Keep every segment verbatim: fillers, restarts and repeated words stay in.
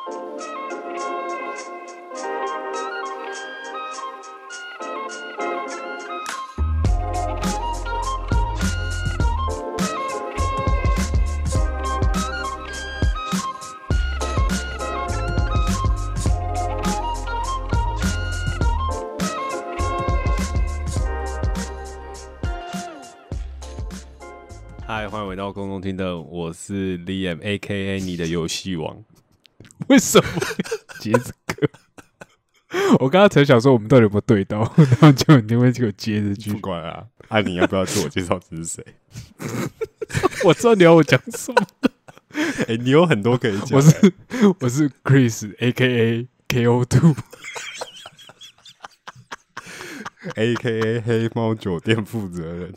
嗨，欢迎回到公共听的，我是 Liam A K A 你的游戏王。 为什么接这个？我刚刚才想说我们到底有没有对到，然后就你会给我接这句。 不管啊，啊你要不要自我介绍这是谁？ 我知道你要我讲什么。 哎、欸，你有很多可以讲、欸。 我是我是 Chris A K A K O 二 A K A 黑猫酒店负责人。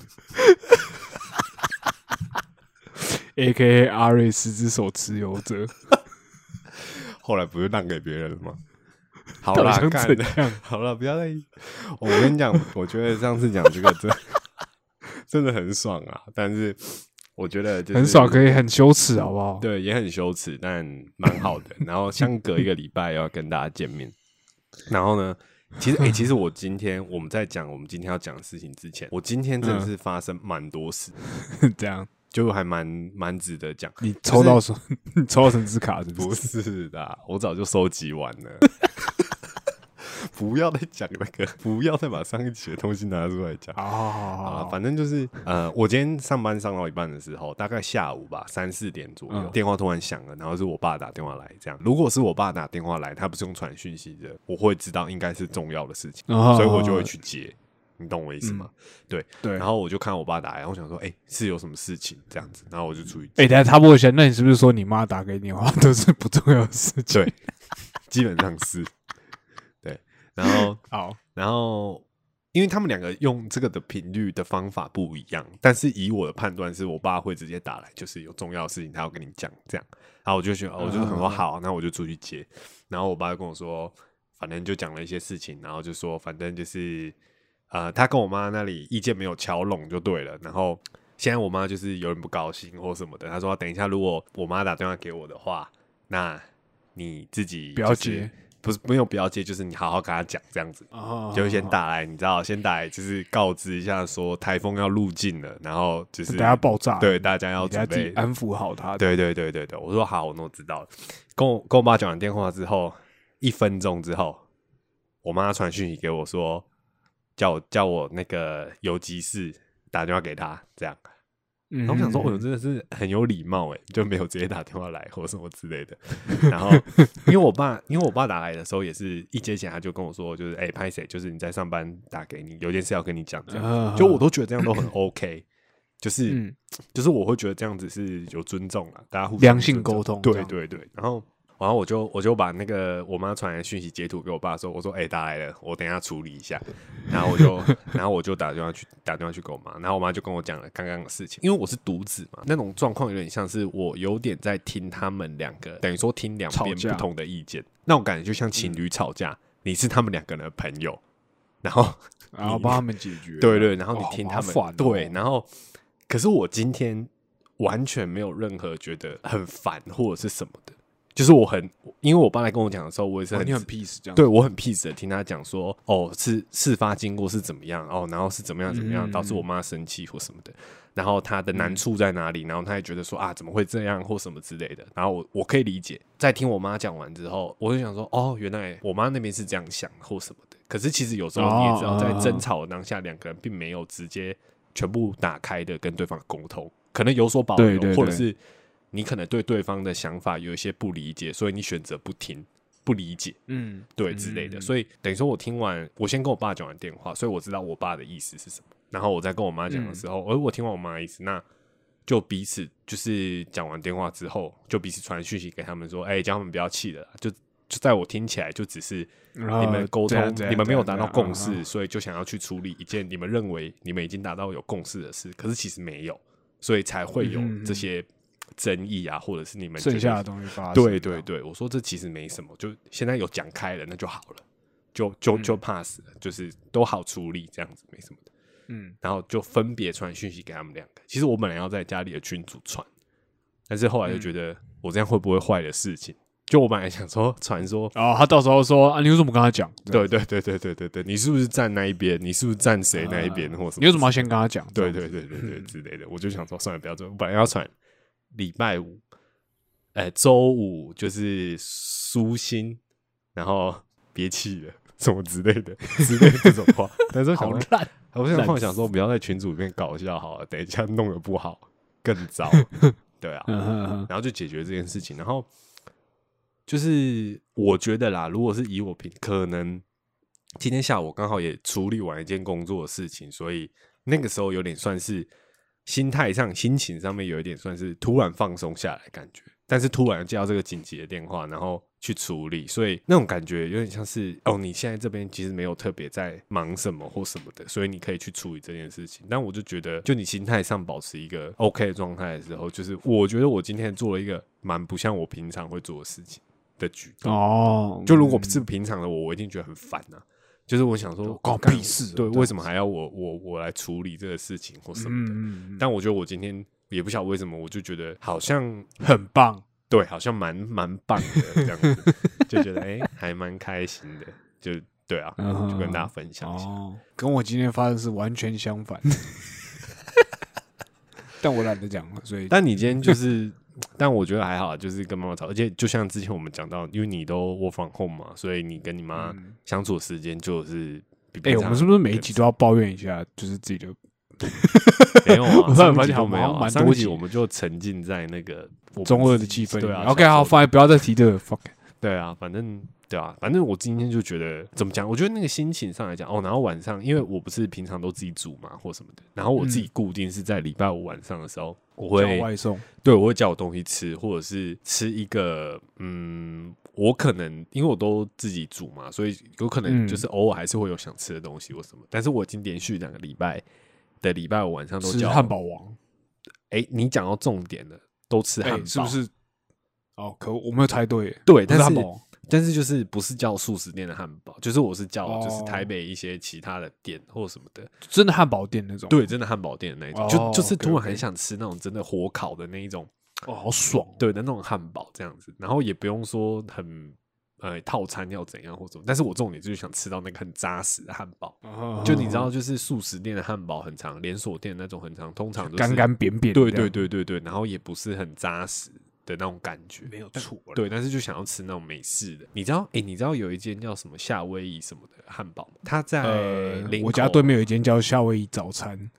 A K A 阿瑞十只手持有者， 后来不是让给别人了吗？好啦，干的，好了，不要再。我跟你讲，我觉得上次讲这个真真的很爽啊，但是我觉得、就是、 很爽，可以很羞耻，好不好？ 对，也很羞耻，但蛮好的。然后相隔一个礼拜要跟大家见面，然后呢？其实，哎、欸，其实我今天我们在讲我们今天要讲的事情之前，我今天真的是发生蛮多事， 嗯、这样。 就还蛮蛮值得讲。 你抽到什么？你抽到神之卡是不是？不是的，我早就收集完了。不要再讲那个，不要再把上一期的东西拿出来讲。 好好好好啊，反正就是呃，我今天上班上到一半的时候，大概下午吧，三四点左右，嗯、电话突然响了，然后是我爸打电话来。这样，如果是我爸打电话来，他不是用传讯息的，我会知道应该是重要的事情，哦、所以我就会去接。你懂我意思吗？嗯、对对，然后我就看我爸打来，我想说，哎、欸，是有什么事情这样子，然后我就出去。 哎、欸，等一下插播一下，那你是不是说你妈打给你的话都是不重要的事情？ 对，基本上是。对，然后好， 然后因为他们两个用这个的频率的方法不一样，但是以我的判断是我爸会直接打来，就是有重要的事情他要跟你讲这样，然后我就觉得，我就很说好，那我就出去接，然后我爸就跟我说，反正就讲了一些事情，然后就说反正就是。呃，他跟我妈那里意见没有敲拢就对了，然后现在我妈就是有点不高兴或什么的，她说等一下如果我妈打电话给我的话，那你自己、就是、 不要接， 不是没有不要接，就是你好好跟她讲这样子，哦、就先打来，你知道，先打来就是告知一下说台风要入境了，然后就是大家爆炸， 对，大家要准备安抚好他， 对对对对对，我说好，我都知道了。跟我跟我爸讲完电话之后，一分钟之后，我妈传讯息给我说。叫我叫我那个邮寄室打电话给他，这样。然后我想说，我真的是很有礼貌哎，就没有直接打電話來或什麼之類的。然後因為我爸，因為我爸打來的時候也是一接起來他就跟我說，就是哎，拍誰，就是你在上班打給你，有件事要跟你講，這樣。就我都覺得這樣都很 OK， 就是、嗯、就是我會覺得這樣子是有尊重啦，大家互相良性溝通。 對對對，然後。然後我就我就把那個我媽傳來的訊息截圖給我爸說，我說哎、欸、打來了，我等一下處理一下。然後我就然後我就打電話去打電話去給我媽，然後我媽就跟我講了剛剛的事情。因為我是獨子嘛，那種狀況有點像是我有點在聽他們兩個，等於說聽兩邊不同的意見，那種感覺就像情侶吵架，嗯、你是他們兩個人的朋友，然後然後幫他們解決。 對對，然後你聽他們、 哦、 對，然後可是我今天完全沒有任何覺得很煩或者是什麼的。就是我很，因為我爸來跟我講的時候，我也是很， 哦、你很 peace 這樣， 對我很 peace 的聽他講說，哦，是事發經過是怎麼樣，哦，然後是怎麼樣怎麼樣，導致我媽生氣或什麼的，然後他的難處在哪裡，然後他也覺得說啊，怎麼會這樣或什麼之類的，然後我我可以理解。在聽我媽講完之後，我就想說，哦，原來我媽那邊是這樣想或什麼的。可是其實有時候你也知道，在爭吵的當下，兩個人並沒有直接全部打開的跟對方溝通，可能有所保留，對對對，或者是。你可能對對方的想法有一些不理解，所以你選擇不聽、不理解，嗯，對之類的。所以等於說我聽完，我先跟我爸講完電話，所以我知道我爸的意思是什麼。然後我再跟我媽講的時候，而、嗯、我聽完我媽的意思，那就彼此就是講完電話之後，就彼此傳訊息給他們說，哎、欸，叫他們不要氣了啦。就就在我聽起來，就只是你們溝通，你們沒有達到共識，所以就想要去處理一件你們認為你們已經達到有共識的事，可是其實沒有，所以才會有這些。爭議啊，或者是你們剩下的東西發生， 對對對，我說這其實沒什麼，就現在有講開了，那就好了，就就就 pass 了，嗯、就是都好處理，這樣子沒什麼的，嗯，然後就分別傳訊息給他們兩個。其實我本來要在家裡的群組傳，但是後來就覺得我這樣會不會壞的事情， 就我本来想说传说， 哦，他到时候说啊，你为什么跟他讲？ 对对对对对对对，你是不是站那一边？你是不是站谁那一边、呃、或什么？ 你为什么要先跟他讲？ 对对对对对、嗯、之类的，我就想说算了，不要做。我本来要传礼拜五，哎、欸，周五就是舒心，然后别气了什么之类的之类的这种话，但是好烂。 我现在幻想说，不要在群组里面搞笑好了，等一下弄得不好更糟。对啊，然后就解决这件事情，然后。就是我觉得啦，如果是以我平，可能今天下午刚好也处理完一件工作的事情，所以那个时候有点算是心态上、心情上面有一点算是突然放松下来的感觉，但是突然接到这个紧急的电话，然后去处理，所以那种感觉有点像是哦，你现在这边其实没有特别在忙什么或什么的，所以你可以去处理这件事情。但我就觉得，就你心态上保持一个 OK 的状态的时候，就是我觉得我今天做了一个蛮不像我平常会做的事情。的举动哦，就如果是平常的我，我一定觉得很烦呐、啊。就是我想说， 关我屁事， 对，为什么还要我我我来处理这个事情或什么的？嗯、但我觉得我今天也不晓得为什么，我就觉得好像很棒， 对，好像蛮蛮棒的这样子，就觉得哎、欸，还蛮开心的，就对啊，就跟大家分享一下。 哦、跟我今天发生是完全相反，但我懒得讲了，所以， 但你今天就是。但我觉得还好，就是跟妈妈吵，而且就像之前我们讲到，因为你都 work from home 嘛，所以你跟你妈相处的时间就是比哎、欸，我们是不是每一集都要抱怨一下，就是自己的？ 没有啊， 上一集都没有、啊， 上一集我们就沉浸在那个中二的气氛。 对啊 ，OK， 好，放不要再提这个 fuck。 对啊，反正对啊，反正我今天就觉得怎么讲？我觉得那个心情上来讲，哦，然后晚上，因为我不是平常都自己煮嘛，或什么的，然后我自己固定是在礼拜五晚上的时候，我会叫外送， 对，我会叫我东西吃，或者是吃一个，嗯，我可能因为我都自己煮嘛，所以有可能就是偶尔还是会有想吃的东西或什么，但是我已经连续两个礼拜的礼拜五晚上都叫汉堡王。 哎、欸，你讲到重点了，都吃汉堡、欸、 是不是？哦，可我没有猜对， 对，但是汉堡。 但是就是不是叫素食店的汉堡，就是我是叫就是台北一些其他的店或什么的， 真的汉堡店那种， 对，真的汉堡店的那一种， 哦、 就就是突然 okay, okay. 很想吃那种真的火烤的那一种， 哦，好爽， 对的那种汉堡这样子，然后也不用说很呃套餐要怎样或什么，但是我重点就是想吃到那个很扎实的汉堡， 哦、 就你知道，就是素食店的汉堡很长，连锁店那种很长，通常都是干干扁扁， 对对对对对，然后也不是很扎实。的那种感觉没有错， 对，但是就想要吃那种美式的，你知道？哎、欸，你知道有一间叫什么夏威夷什么的汉堡吗？它在、呃、 我家对面有一间叫夏威夷早餐，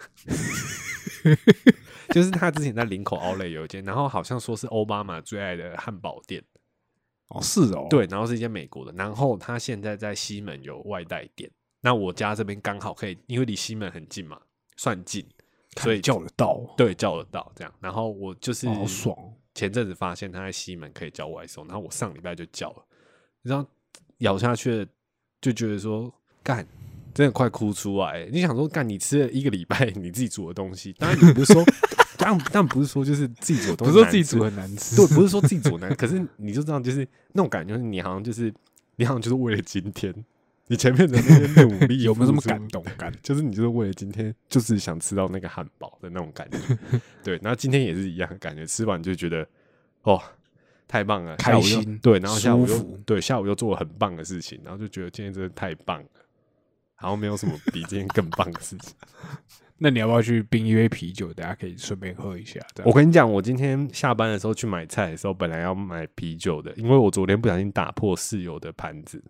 就是他之前在林口 Outlet 有一间，然后好像说是奥巴马最爱的汉堡店。 哦，是哦， 对，然后是一间美国的，然后他现在在西门有外带店。那我家这边刚好可以，因为离西门很近嘛，算近，所以叫得到， 对，叫得到这样。然后我就是好爽。 前阵子发现他在西门可以叫外送，然后我上礼拜就叫了，你知道咬下去了就觉得说干，真的快哭出来、欸。你想说干，你吃了一个礼拜你自己煮的东西，当然你不是说，当然但不是说就是自己煮的东西， 不是说自己煮很难吃， 对，不是说自己煮难，可是你就知道就是那种感觉，就是你好像就是你好像就是为了今天。你前面的那些努力有没有这么感动感？ 就是你就是为了今天，就是想吃到那个汉堡的那种感觉。对，然后今天也是一样的感觉，吃完就觉得哦，太棒了， 开心。 对，然后下午又对下午又做了很棒的事情，然后就觉得今天真的太棒了，好像没有什么比今天更棒的事情。 那你要不要去冰一杯啤酒？大家可以顺便喝一下。 我跟你讲，我今天下班的时候去买菜的时候，本来要买啤酒的，因为我昨天不小心打破室友的盘子。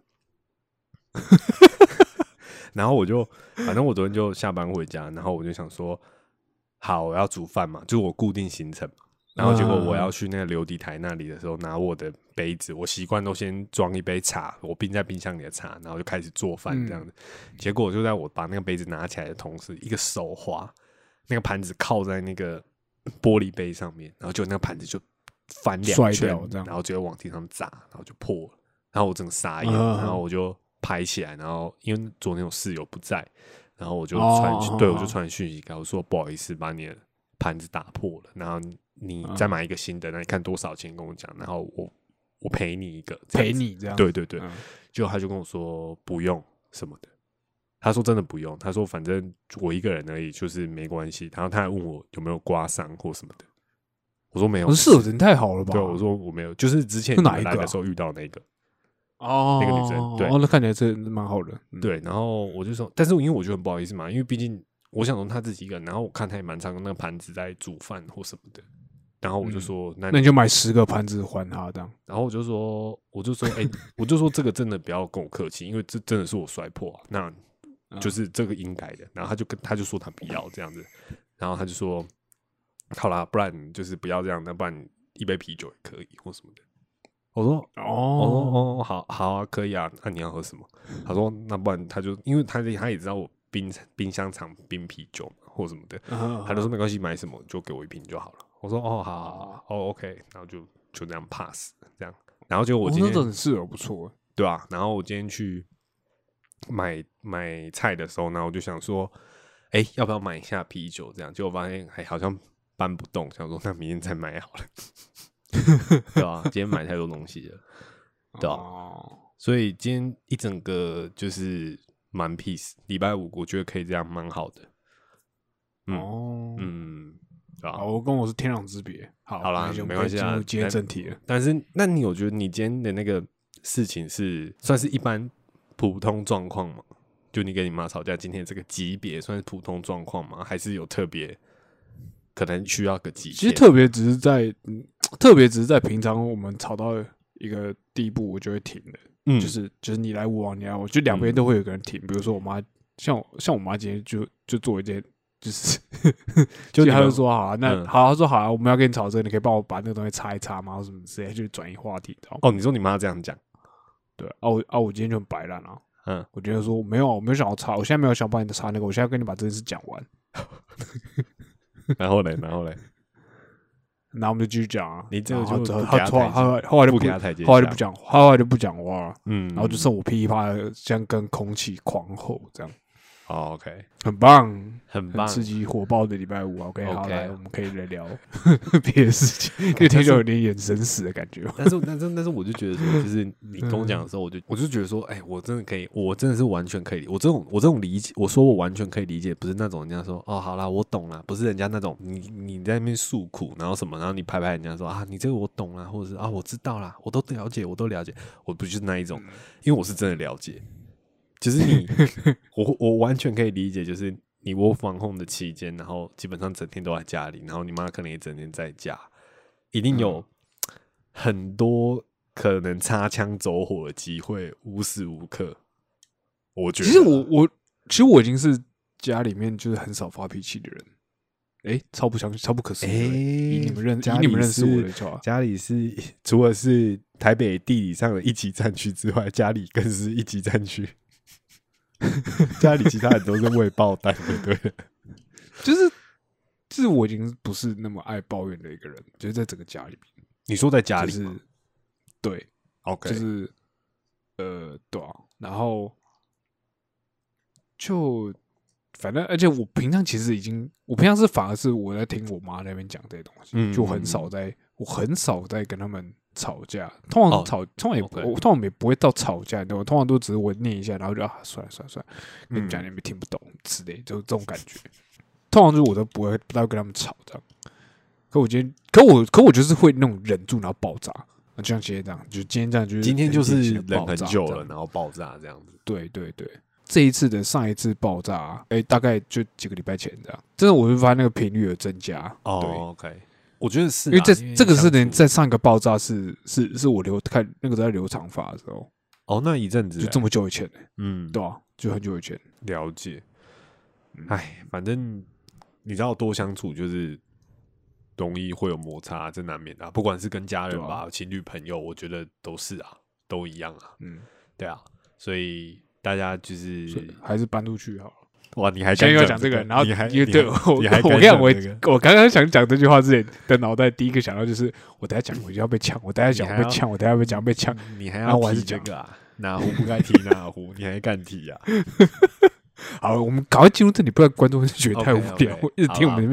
然后我就，反正我昨天就下班回家，然后我就想说，好，我要煮饭嘛，就是我固定行程嘛。然后结果我要去那个流底台那里的时候，拿我的杯子，我习惯都先装一杯茶，我冰在冰箱里的茶，然后就开始做饭这样子。嗯、结果就在我把那个杯子拿起来的同时，一个手滑，那个盘子靠在那个玻璃杯上面，然后就那个盘子就翻两圈，然后就往地上砸，然后就破了。然后我整个傻眼，嗯、然后我就拍起来，然后因为昨天有室友不在，然后我就传、哦，对我就传讯息给我说不好意思，把你的盘子打破了，然后你再买一个新的，那你看多少钱跟我讲，然后我我赔你一个， 赔你这样， 对对对， 嗯、 结果他就跟我说不用什么的，他说真的不用，他说反正我一个人而已，就是没关系，然后他还问我有没有刮伤或什么的， 我说没有， 我说室友人太好了吧？ 对，我说我没有，就是之前是哪一个啊来的时候遇到那个。 哦， 那个女生对哦，那看起来是蛮好的。嗯、 对，然后我就说，但是因为我觉得很不好意思嘛，因为毕竟我想说他自己一个人，然后我看他也蛮常用那个盘子在煮饭或什么的，然后我就说，嗯、那那你就买十个盘子还他这样。 然后我就说，我就说，哎、欸，我就说这个真的不要跟我客气，因为这真的是我摔破、啊，那就是这个应该的。然后他就跟他就说他不要这样子，然后他就说，好啦，不然就是不要这样，那不然一杯啤酒也可以或什么的。我说哦哦哦，好好啊，可以啊。那、啊、你要喝什么？他说那不然他就因为他他也知道我冰冰箱藏冰啤酒嘛或什么的，嗯、他就说没关系，买什么就给我一瓶就好了。我说哦好好好哦 OK， 然后就就这样 pass 这样。然后就我今天、 哦、那真是有不错， 对啊。然后我今天去买买菜的时候，然后我就想说，哎、欸，要不要买一下啤酒？这样，结果发现还好像搬不动，想说那明天再买好了。对啊，今天买太多东西了，对啊，哦、所以今天一整个就是蛮 peace。礼拜五我觉得可以这样，蛮好的。嗯、哦，嗯，对啊。 好，我跟我是天壤之别。好， 好啦，没关系啊。 今天正题了， 但是，那你有觉得你今天的那个事情是算是一般普通状况吗？就你跟你妈吵架，今天这个级别算是普通状况吗？还是有特别？可能需要个几天， 其实特别只是在，嗯、特别只是在平常我们吵到一个地步，我就会停的。嗯，就是就是你来我往，你来我，就两边都会有个人停。嗯、比如说我妈，像我像我妈今天就就做一件，就是就她就说好啊，那、嗯、好，她说好啊，我们要跟你吵这个，你可以帮我把那个东西擦一擦吗？或什么之类，就转移话题。 哦，你说你妈这样讲， 对啊，我啊我今天就很白烂啊。嗯，我觉得说没有，我没有想要擦，我现在没有想帮你擦那个，我现在跟你把这件事讲完。 然后嘞，然后嘞， 然后我们就继续讲啊。 你这个就他他后来后来就不后来就不讲，后来就不讲话了。嗯，然后就剩我噼里啪啦，像跟空气狂吼这样。 哦 ，OK， 很棒， 很棒， 很刺激火爆的礼拜五。OK， 好，来，我们可以来聊别的事情，因为听就有点眼神死的感觉。 但是，但是，但是，我就觉得说，就是你跟我讲的时候，我就我就觉得说，哎、欸，我真的可以，我真的是完全可以，我这种我这种理解，我说我完全可以理解，不是那种人家说，哦，好啦，我懂啦，不是人家那种你你在那边诉苦，然后什么，然后你拍拍人家说啊，你这个我懂啦，或者是啊，我知道啦，我都了解，我都了解，我不就是那一种，因为我是真的了解。就是你，我我完全可以理解，就是你窝防控的期间，然后基本上整天都在家里，然后你妈可能也整天在家，一定有很多可能擦枪走火的机会，无时无刻。我觉得， 其实我我其实我已经是家里面就是很少发脾气的人，哎、欸，超不相超不可思议、欸。以你们认以你们认识我的话， 家里是除了是台北地理上的一级战区之外，家里更是一级战区。家里其他人都是未爆弹，对不对？ 就是就是我已经不是那么爱抱怨的一个人，就是在整个家里面。 你说在家里、 就是，对 ，OK， 就是呃，对啊，然后就反正，而且我平常其实已经，我平常是反而是我在听我妈那边讲这些东西，嗯、就很少在，我很少在跟他们吵架，通常吵，哦、通常也不， okay. 我通常也不会到吵架，你知道吗？通常都只是我念一下，然后就啊，算了算了算了，跟你们讲你们听不懂之类，就是这种感觉。通常就是我都不会，不太会跟他们吵这样。可我今天，可我，可我就是会那种忍住，然后爆炸，就像今天这样，就今天这样，就是今天就是忍很久了，然后爆炸这样子。 对对对，这一次的上一次爆炸，哎、欸，大概就几个礼拜前这样，真的我就发现那个频率有增加。 哦对 ，OK。我觉得是， 因为这这个是连在上一个爆炸是是是我留看那个在留长发的时候， 哦，那一阵子就这么久以前、欸、 嗯， 对啊，就很久以前了解。哎、嗯，反正你知道多相处就是容易会有摩擦，这难免的、啊，不管是跟家人吧、情侣、朋友，我觉得都是啊，都一样啊，嗯，对啊，所以大家就是还是搬出去好了。 哇！你还先要讲这个，然后你还对我，我跟你讲，我我刚刚想讲这句话之前的脑袋第一个想到就是，我等下讲我就要被抢，我等下讲我被抢，我等下被讲被抢， 你还要提这个啊？哪壶不该提哪壶，你还敢提啊？ 好，我们赶快进入这里，不然观众会觉得太无聊，一直听我们那边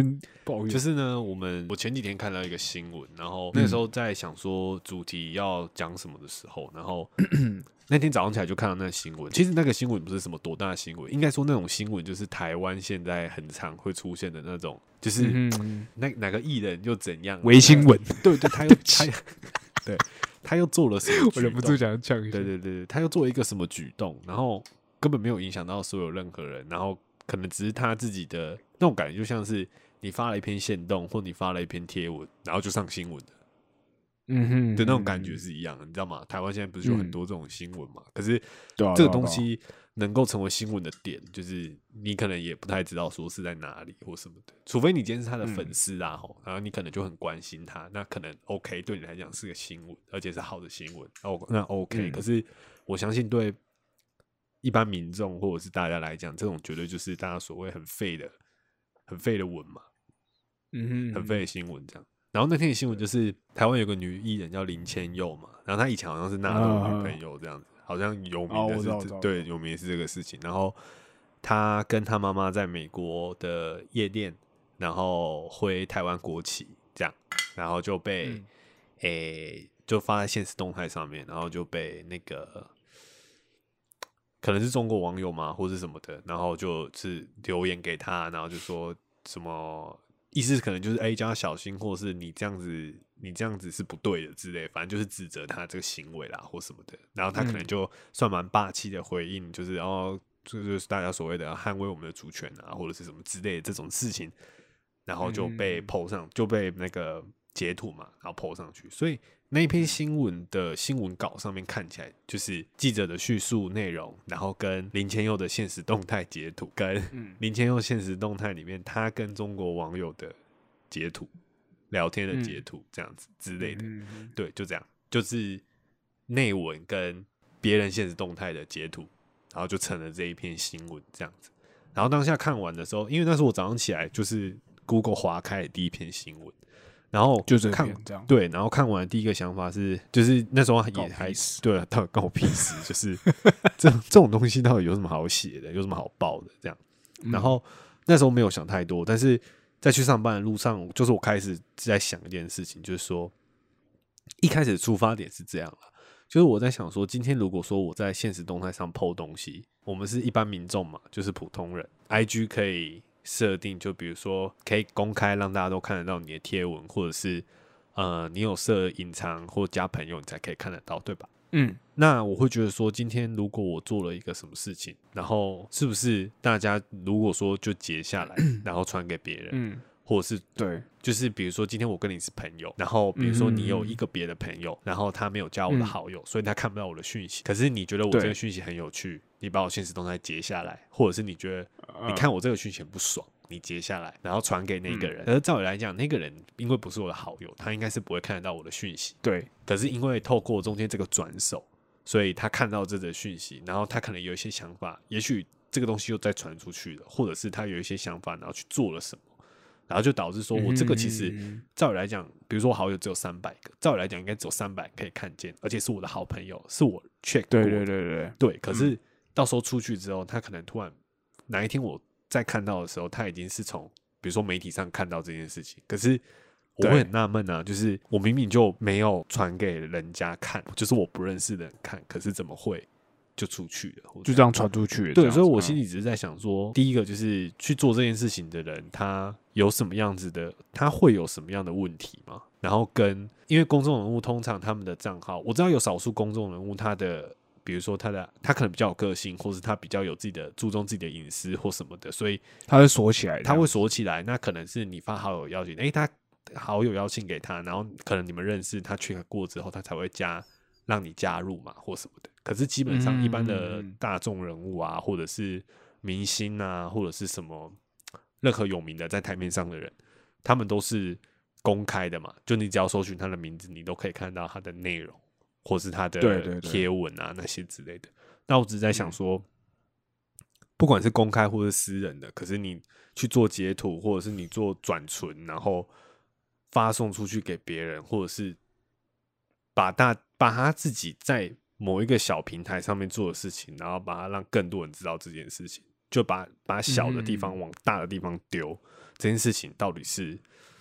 抱怨就是呢，我们我前几天看到一个新闻，然后那个时候在想说主题要讲什么的时候，然后那天早上起来就看到那个新闻。其实那个新闻不是什么多大的新闻，应该说那种新闻就是台湾现在很常会出现的那种，就是那哪个艺人又怎样微新闻， 对对，他又他对他又做了什么举动， 我忍不住想呛一下， 对对对，他又做了一个什么举动，然后根本没有影响到所有任何人，然后可能只是他自己的那种感觉，就像是你发了一篇限动，或你发了一篇贴文，然后就上新闻的， 嗯哼， 的那种感觉是一样的，你知道吗？台湾现在不是有很多这种新闻嘛？可是对啊， 这个东西能够成为新闻的点，就是你可能也不太知道说是在哪里或什么的，除非你今天是他的粉丝啊，嗯、然后你可能就很关心他，那可能 OK 对你来讲是个新闻，而且是好的新闻，哦，那 OK、嗯。可是我相信对一般民众或者是大家来讲，这种绝对就是大家所谓很废的、很废的文嘛， 嗯哼， 很废的新闻这样。然后那天的新闻就是台湾有个女艺人叫林千佑嘛，然后她以前好像是纳豆女朋友这样子，好像有名的是、哦、对有名的是这个事情。然后她跟她妈妈在美国的夜店，然后挥台湾国旗这样，然后就被诶、嗯欸、就发在限时动态上面，然后就被那个可能是中国网友嘛或是什么的，然后就是留言给她，然后就说什么。意思可能就是哎、欸，叫他小心，或者是你这样子，你这样子是不对的之类，反正就是指责他这个行为啦，或什么的。然后他可能就算蛮霸气的回应，就是然后这就是大家所谓的捍卫我们的主权啊，或者是什么之类的这种事情，然后就被 po 上，就被那个截图嘛，然后 po 上去。所以那一篇新闻的新闻稿上面看起来，就是记者的叙述内容，然后跟林千佑的现实动态截图，跟林千佑现实动态里面他跟中国网友的截图、聊天的截图这样子之类的，对，就这样，就是内文跟别人现实动态的截图，然后就成了这一篇新闻这样子。然后当下看完的时候，因为那时候我早上起来就是 Google 滑开的第一篇新闻。然后就这看这样对，然后看完第一个想法是，就是那时候也还对，到底关我屁事，就是这这种东西到底有什么好写的，有什么好报的这样。然后那时候没有想太多，但是在去上班的路上，就是我开始在想一件事情，就是说一开始的出发点是这样啦，就是我在想说，今天如果说我在现实动态上 po 东西，我们是一般民众嘛，就是普通人 ，I G 可以。设定就比如说可以公开让大家都看得到你的贴文，或者是呃你有设隐藏或加朋友你才可以看得到，对吧？ 嗯， 那我会觉得说，今天如果我做了一个什么事情，然后是不是大家如果说就截下来，然后传给别人，嗯，或者是对， 就是比如说今天我跟你是朋友，然后比如说你有一个别的朋友，然后他没有加我的好友，嗯，所以他看不到我的讯息，可是你觉得我这个讯息很有趣，你把我现实动态截下来，或者是你觉得你看我这个讯息很不爽，你截下来然后传给那个人，可是照理来讲，那个人因为不是我的好友，他应该是不会看得到我的讯息， 对， 可是因为透过中间这个转手，所以他看到这则讯息，然后他可能有一些想法，也许这个东西又再传出去了，或者是他有一些想法，然后去做了什么，然后就导致说我这个其实照理来讲，比如说我好友只有三百个，照理来讲应该只有三百可以看见，而且是我的好朋友，是我 check 过的， 对对对对对。可是到时候出去之后，他可能突然哪一天我再看到的时候，他已经是从比如说媒体上看到这件事情，可是我会很纳闷啊，就是我明明就没有传给人家看，就是我不认识的人看，可是怎么会就出去了， 就这样传出去了？ 对，所以我心里只是在想说，第一个就是去做这件事情的人，他有什么样子的，他会有什么样的问题吗？然后跟因为公众人物通常他们的账号，我知道有少数公众人物他的。比如说他的他可能比较有个性，或是他比较有自己的注重自己的隐私或什么的，所以他会锁起来， 他会锁起来。那可能是你发好友邀请，哎、欸，他好友邀请给他，然后可能你们认识，他check过之后，他才会加让你加入嘛，或什么的。可是基本上一般的大众人物啊，或者是明星啊，或者是什么任何有名的在台面上的人，他们都是公开的嘛，就你只要搜寻他的名字，你都可以看到他的内容。或是他的贴文啊那些之类的，那我只是在想说、嗯，不管是公开或是私人的，可是你去做截图，或者是你做转存，然后发送出去给别人，或者是把大把他自己在某一个小平台上面做的事情，然后把它让更多人知道这件事情，就把把小的地方往大的地方丢、嗯， 这件事情到底是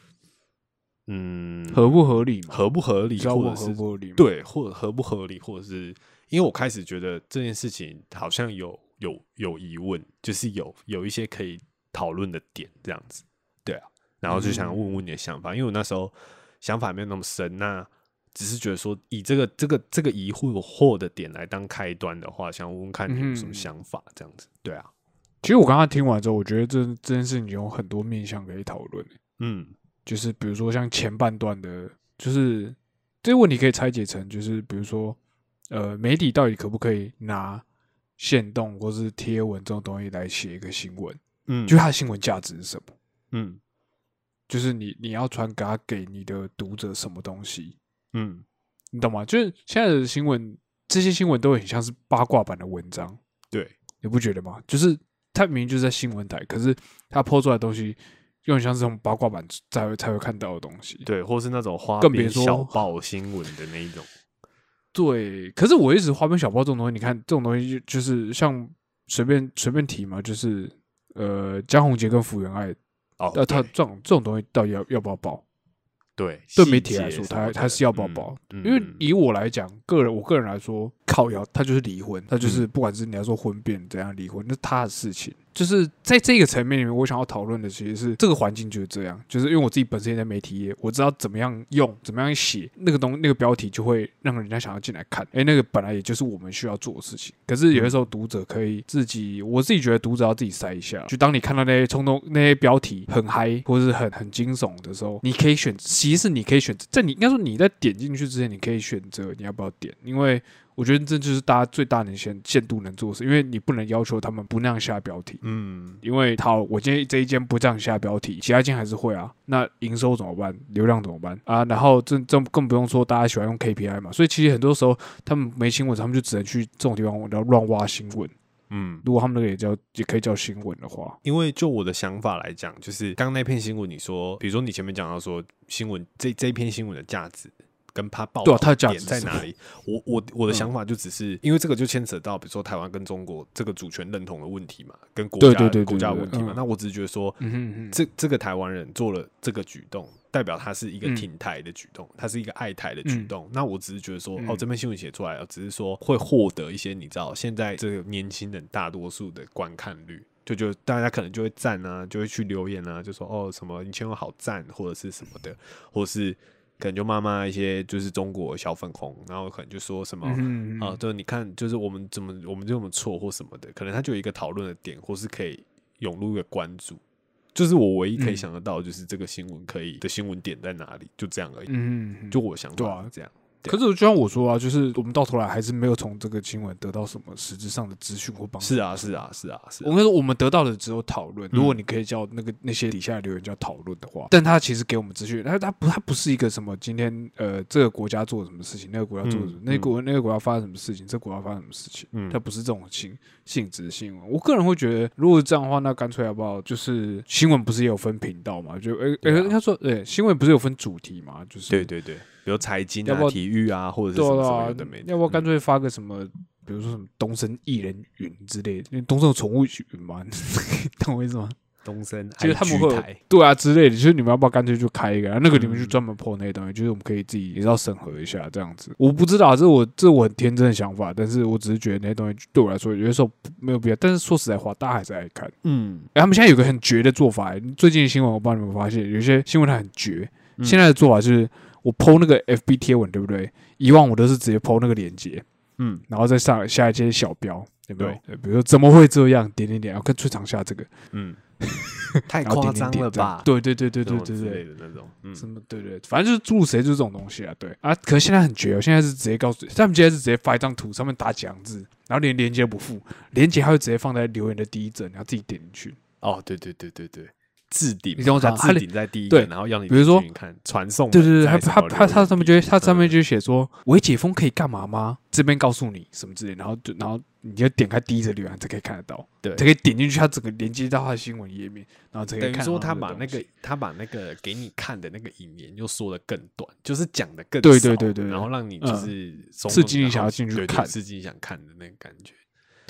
嗯合不合理嘛？ 合不合理，或者是合不合理对，或者合不合理，或者是因为我开始觉得这件事情好像有有有疑问，就是有有一些可以讨论的点这样子，对啊，然后就想问问你的想法，嗯、因为我那时候想法没有那么深，那只是觉得说以这个这个这个疑惑的点来当开端的话，想问问看你有什么想法这样子，对啊。 其实我刚刚听完之后，我觉得这这件事情有很多面向可以讨论。 嗯， 就是比如说像前半段的，就是这个问题可以拆解成，就是比如说，呃，媒体到底可不可以拿限动或是贴文这种东西来写一个新闻？嗯，就它的新闻价值是什么？嗯，就是你你要传达给你的读者什么东西？嗯，你懂吗？就是现在的新闻，这些新闻都很像是八卦版的文章。 对， 你不觉得吗？就是他明明就是在新闻台，可是他 po 出来的东西，又很像是从八卦版才会才会看到的东西。 对，或是那种花边小报新闻的那一种。 对，可是我一直花边小报这种东西，你看这种东西就就是像随便随便提嘛，就是呃江宏杰跟福原爱， 哦， 呃他这种这种东西到底要要不要报？ 对， 对媒体来说，他他是要不要报？ 嗯嗯、 因为以我来讲，个人我个人来说，靠腰他就是离婚，他就是不管是你要说婚变怎样离婚，那是他的事情。就是在这个层面里面，我想要讨论的其实是这个环境就是这样，就是因为我自己本身也在媒体业，我知道怎么样用，怎么样写那个东那个标题就会让人家想要进来看。哎，那个本来也就是我们需要做的事情。可是有的时候读者可以自己，我自己觉得读者要自己筛一下。就当你看到那些冲动、那些标题很嗨或者是很很惊悚的时候，你可以选，其实你可以选择，在你应该说你在点进去之前，你可以选择你要不要点，因为我觉得这就是大家最大能限限度能做的事，因为你不能要求他们不那样下标题。嗯，因为好，我今天这一间不这样下标题，其他间还是会啊。那营收怎么办？流量怎么办啊？然后这这更不用说，大家喜欢用 K P I 嘛，所以其实很多时候他们没新闻，他们就只能去这种地方乱挖新闻。嗯，如果他们那个也叫也可以叫新闻的话， 因为就我的想法来讲，就是刚那篇新闻，你说，比如说你前面讲到说新闻这这一篇新闻的价值。跟他报道的点在哪里？我我我的想法就只是，因为这个就牵扯到，比如说台湾跟中国这个主权认同的问题嘛，跟国家国家的问题嘛。那我只是觉得说，这这个台湾人做了这个举动，代表他是一个挺台的举动，他是一个爱台的举动。那我只是觉得说，哦，这篇新闻写出来，只是说会获得一些你知道，现在这个年轻人大多数的观看率。就就大家可能就会赞啊，就会去留言啊，就说哦什么你签文好赞，或者是什么的，或者是。可能就骂骂一些就是中国小粉红，然后可能就说什么啊、嗯呃，对，你看就是我们怎么我们就这么错或什么的，可能他就有一个讨论的点，或是可以涌入一个关注。就是我唯一可以想得到，就是这个新闻可以的新闻点在哪里，就这样而已。嗯，就我想法是这样。 可是就像我说啊，就是我们到头来还是没有从这个新闻得到什么实质上的资讯或帮助。 是啊，是啊，是啊，是啊。 我跟你说，我们得到的只有讨论。如果你可以叫那个那些底下的留言叫讨论的话，但他其实给我们资讯，他他不他不是一个什么今天呃这个国家做什么事情，那个国家做什么，嗯、那个国那个国家发生什么事情，这个国家发生什么事情，嗯，它不是这种性性质的新闻。我个人会觉得，如果这样的话，那干脆要不要就是新闻不是也有分频道嘛？就呃呃，应该说，对，新闻不是有分主题嘛？就是对对对。比如财经啊、体育啊，或者是什么什么的没的， 要不要干脆发个什么，比如说什么东森艺人云之类的，因为东森有宠物云嘛，懂我意思吗？ 东森就是他们会对啊之类的，就是你们要不要干脆就开一个、啊，那个你们就专门 po 那些东西，就是我们可以自己也是要审核一下这样子。我不知道，这是我这是我很天真的想法，但是我只是觉得那些东西对我来说有些时候没有必要。但是说实在话，大家还是爱看。嗯，欸、他们现在有个很绝的做法、欸，最近的新闻我不知道你们发现，有些新闻它很绝，嗯、现在的做法就是。我 po 那个 F B 贴文，对不对？以往我都是直接 po 那个链接，嗯，然后再上下一些小标，对不对？对，比如说怎么会这样？点点点，要跟最常下这个，嗯， 太夸张了吧？ 对对对对对对对的那种，嗯， 什么对对，反正就是诸如此类，就是这种东西啊，对啊。可是现在很绝哦，现在是直接告诉他们，现在是直接发一张图，上面打几行字，然后连连接不附，连接还会直接放在留言的第一帧，然后自己点进去。 哦，对对对对对。置顶， 你跟我讲， 置顶在第一个，然后要你比如说看传送， 对对对，他他他他上面就他上面就写说，微解封可以干嘛吗？这边告诉你什么之类，然后就然后你就点开第一则留言才可以看得到，对，才可以点进去，他整个连接到他的新闻页面，然后才可以看到。等于说他把那个他把那个给你看的那个引言又说的更短，就是讲的更对对对对， 然后让你就是刺激你想要进去看， 刺激你想看的那个感觉， 对。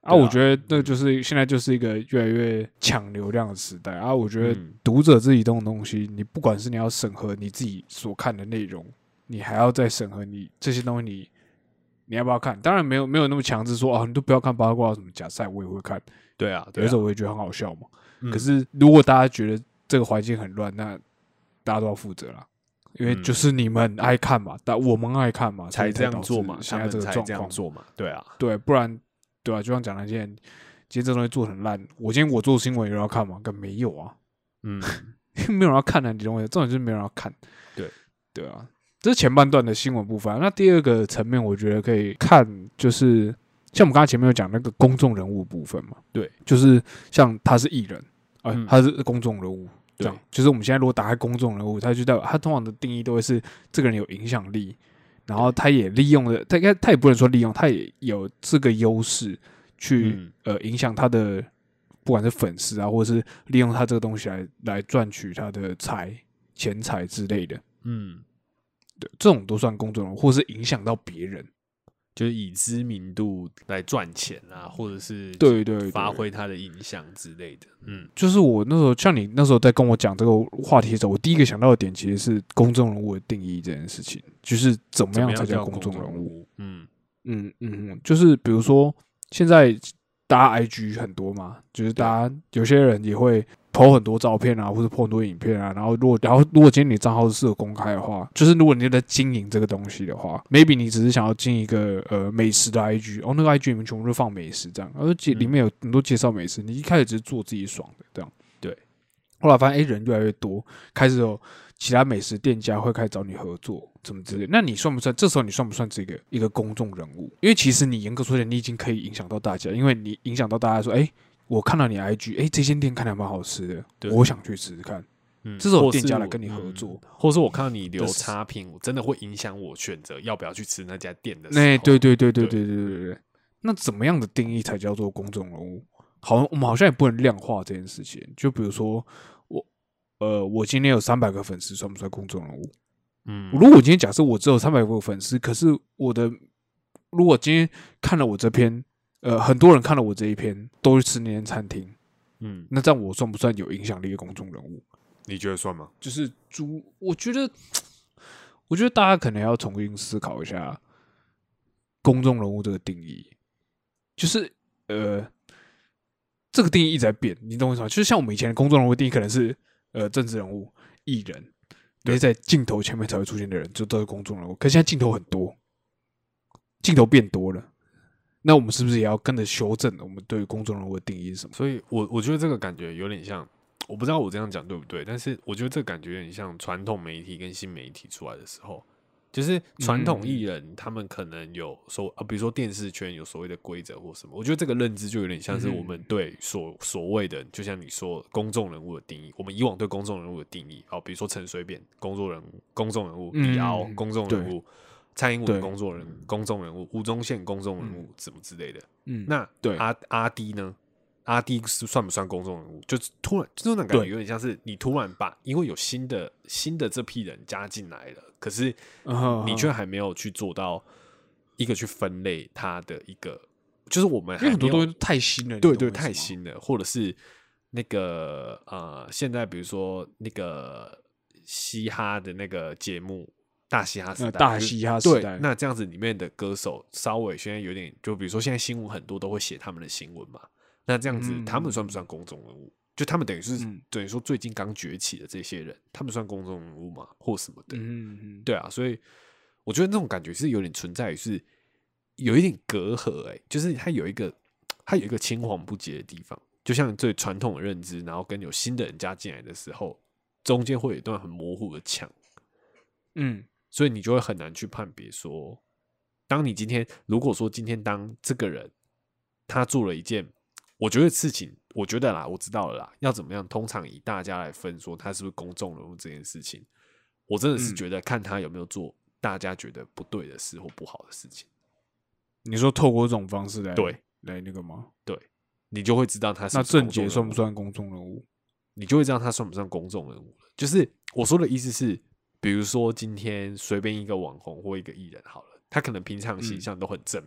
啊，我觉得那就是现在就是一个越来越抢流量的时代啊。我觉得读者自己动的东西，你不管是你要审核你自己所看的内容，你还要再审核你这些东西你你要不要看？当然没有没有那么强制说啊，你都不要看八卦什么假赛，我也会看。 对啊，对啊， 有时候我也觉得很好笑嘛。 嗯、 可是如果大家觉得这个环境很乱，那大家都要负责啦。因为就是你们爱看嘛，但我们爱看嘛， 才这样做嘛， 现在这个状况做嘛，对啊， 对，不然对啊，就像讲那件，今天这东西做得很烂，我今天我做新闻有人要看吗？根本没有啊，嗯，没有人要看啊，你懂我？重点就是没有人要看， 对对啊，这是前半段的新闻部分。那第二个层面，我觉得可以看，就是像我们刚才前面有讲那个公众人物部分嘛， 对， 就是像他是艺人，啊、呃嗯， 他是公众人物。这样，就是我们现在如果打开公众人物，他就代表他通常的定义都会是这个人有影响力，然后他也利用了，他应该他也不能说利用，他也有这个优势去、嗯、呃影响他的不管是粉丝啊，或者是利用他这个东西来来赚取他的财钱财之类的，嗯，对，这种都算公众人物，或是影响到别人。 就是以知名度来赚钱啊，或者是对对发挥他的影响之类的。嗯， 就是我那时候像你那时候在跟我讲这个话题的时候，我第一个想到的点其实是公众人物的定义这件事情，就是怎么样才叫公众人物？嗯嗯嗯，就是比如说现在大家 I G 很多嘛，就是大家有些人也会po很多照片啊，或者po很多影片啊，然后如果然后如果今天你账号是适合公开的话，就是如果你在经营这个东西的话 ，maybe 你只是想要经营一个呃美食的 I G， 哦，那个 I G 里面全部都放美食这样，而且里面有很多介绍美食，你一开始只是做自己爽的这样， 对， 后来发现哎、欸、人越来越多，开始有其他美食店家会开始找你合作，怎么之类，那你算不算？这时候你算不算这个一个公众人物？因为其实你严格说起来，你已经可以影响到大家，因为你影响到大家说，哎、欸。我看到你 I G， 哎、欸，这间店看起来蛮好吃的，我想去试试看。嗯，这种店家来跟你合作， 嗯、或是我看到你留差评，我真的会影响我选择要不要去吃那家店的时候。 哎、欸，对对对对对对对对。那怎么样的定义才叫做公众人物？好像我们好像也不能量化这件事情。就比如说我，呃，我今天有三百个粉丝，算不算公众人物？嗯，如果今天假设我只有三百个粉丝，可是我的，如果今天看了我这篇。呃，很多人看了我这一篇，都去吃那间餐厅，嗯，那这样我算不算有影响力的公众人物？ 你觉得算吗？ 就是猪，我觉得，我觉得大家可能要重新思考一下公众人物这个定义。就是呃，这个定义一直在变，你懂我意思吗？就是像我们以前的公众人物定义，可能是呃政治人物、艺人，那些在镜头前面才会出现的人，就都是公众人物。可是现在镜头很多，镜头变多了。那我们是不是也要跟着修正我们对于公众人物的定义是什么？ 所以我，我我觉得这个感觉有点像，我不知道我这样讲对不对，但是我觉得这个感觉有点像传统媒体跟新媒体出来的时候，就是传统艺人、嗯、他们可能有所啊，比如说电视圈有所谓的规则或什么，我觉得这个认知就有点像是我们对所所谓的，就像你说公众人物的定义，我们以往对公众人物的定义，哦，比如说陈水扁公众人物，公众人物，李敖、嗯、公众人物。蔡英文公众人公众人物，吴宗宪公众人物，什么之类的。嗯，那对阿阿滴呢？阿滴是算不算公众人物？就突然就那种感觉有点像是你突然把，因为有新的新的这批人加进来了，可是你却还没有去做到一个去分类它的一个，就是我们还因为很多东西太新了， 对对，太新了，或者是那个呃，现在比如说那个嘻哈的那个节目。大嘻哈时代， 大嘻哈时代， 对，那这样子里面的歌手稍微现在有点，就比如说现在新闻很多都会写他们的新闻嘛，那这样子、嗯、他们算不算公众人物？就他们等于是、嗯、等于说最近刚崛起的这些人，他们算公众人物吗？或什么的？嗯嗯对啊，所以我觉得那种感觉是有点存在于是有一点隔阂、欸，哎，就是它有一个它有一个青黄不接的地方，就像最传统的认知，然后跟有新的人加进来的时候，中间会有一段很模糊的墙，嗯。所以你就会很难去判别说，当你今天如果说今天当这个人他做了一件，我觉得事情，我觉得啦，我知道了啦，要怎么样？通常以大家来分说他是不是公众人物这件事情，我真的是觉得看他有没有做大家觉得不对的事或不好的事情。 你说透过这种方式来对来那个吗？ 对，你就会知道他是那郑捷算不算公众人物？ 你就会知道他算不算公众人物了。就是我说的意思是。比如说，今天随便一个网红或一个艺人好了，他可能平常形象都很正面，嗯、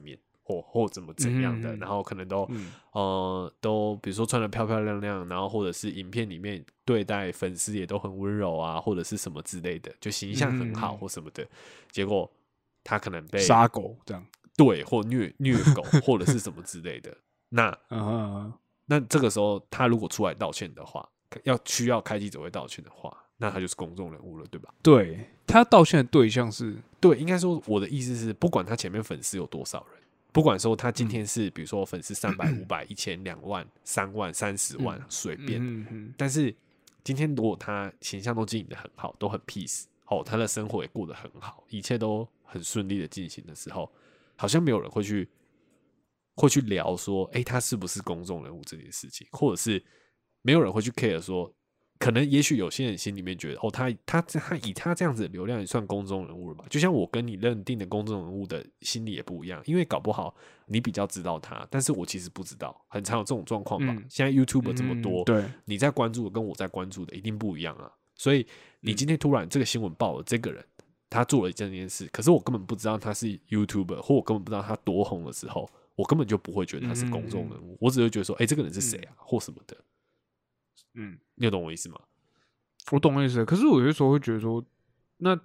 或或怎么怎样的， 嗯、 然后可能都、 嗯、 呃都比如说穿得漂漂亮亮，然后或者是影片里面对待粉丝也都很温柔啊，或者是什么之类的，就形象很好或什么的，嗯、结果他可能被杀狗这样， 对，或虐虐狗或者是什么之类的，那 uh-huh. 那这个时候他如果出来道歉的话，要需要开记者会道歉的话，那他就是公众人物了，对吧？ 对，他道歉的对象是， 对，应该说我的意思是，不管他前面粉丝有多少人，不管说他今天是、嗯、比如说粉丝三百、五百、一千、两万、三万、三十万，随、嗯、便、嗯嗯。但是今天如果他形象都经营的很好，都很 peace， 哦，他的生活也过得很好，一切都很顺利的进行的时候，好像没有人会去会去聊说，哎、欸，他是不是公众人物这件事情，或者是没有人会去 care 说。可能也许有些人心里面觉得，哦，他他他以他这样子的流量也算公众人物了吧？就像我跟你认定的公众人物的心理也不一样，因为搞不好你比较知道他，但是我其实不知道，很常有这种状况吧、嗯。现在 YouTuber 这么多、嗯，对，你在关注的跟我在关注的一定不一样啊。所以你今天突然这个新闻报了这个人，他做了这件事，可是我根本不知道他是 YouTuber， 或我根本不知道他多红的时候，我根本就不会觉得他是公众人物，嗯、我只会觉得说，哎、欸，这个人是谁啊、嗯，或什么的。嗯，你有懂我意思吗？ 我懂我意思，可是我有的时候会觉得说，那，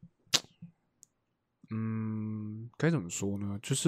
嗯，该怎么说呢？就是，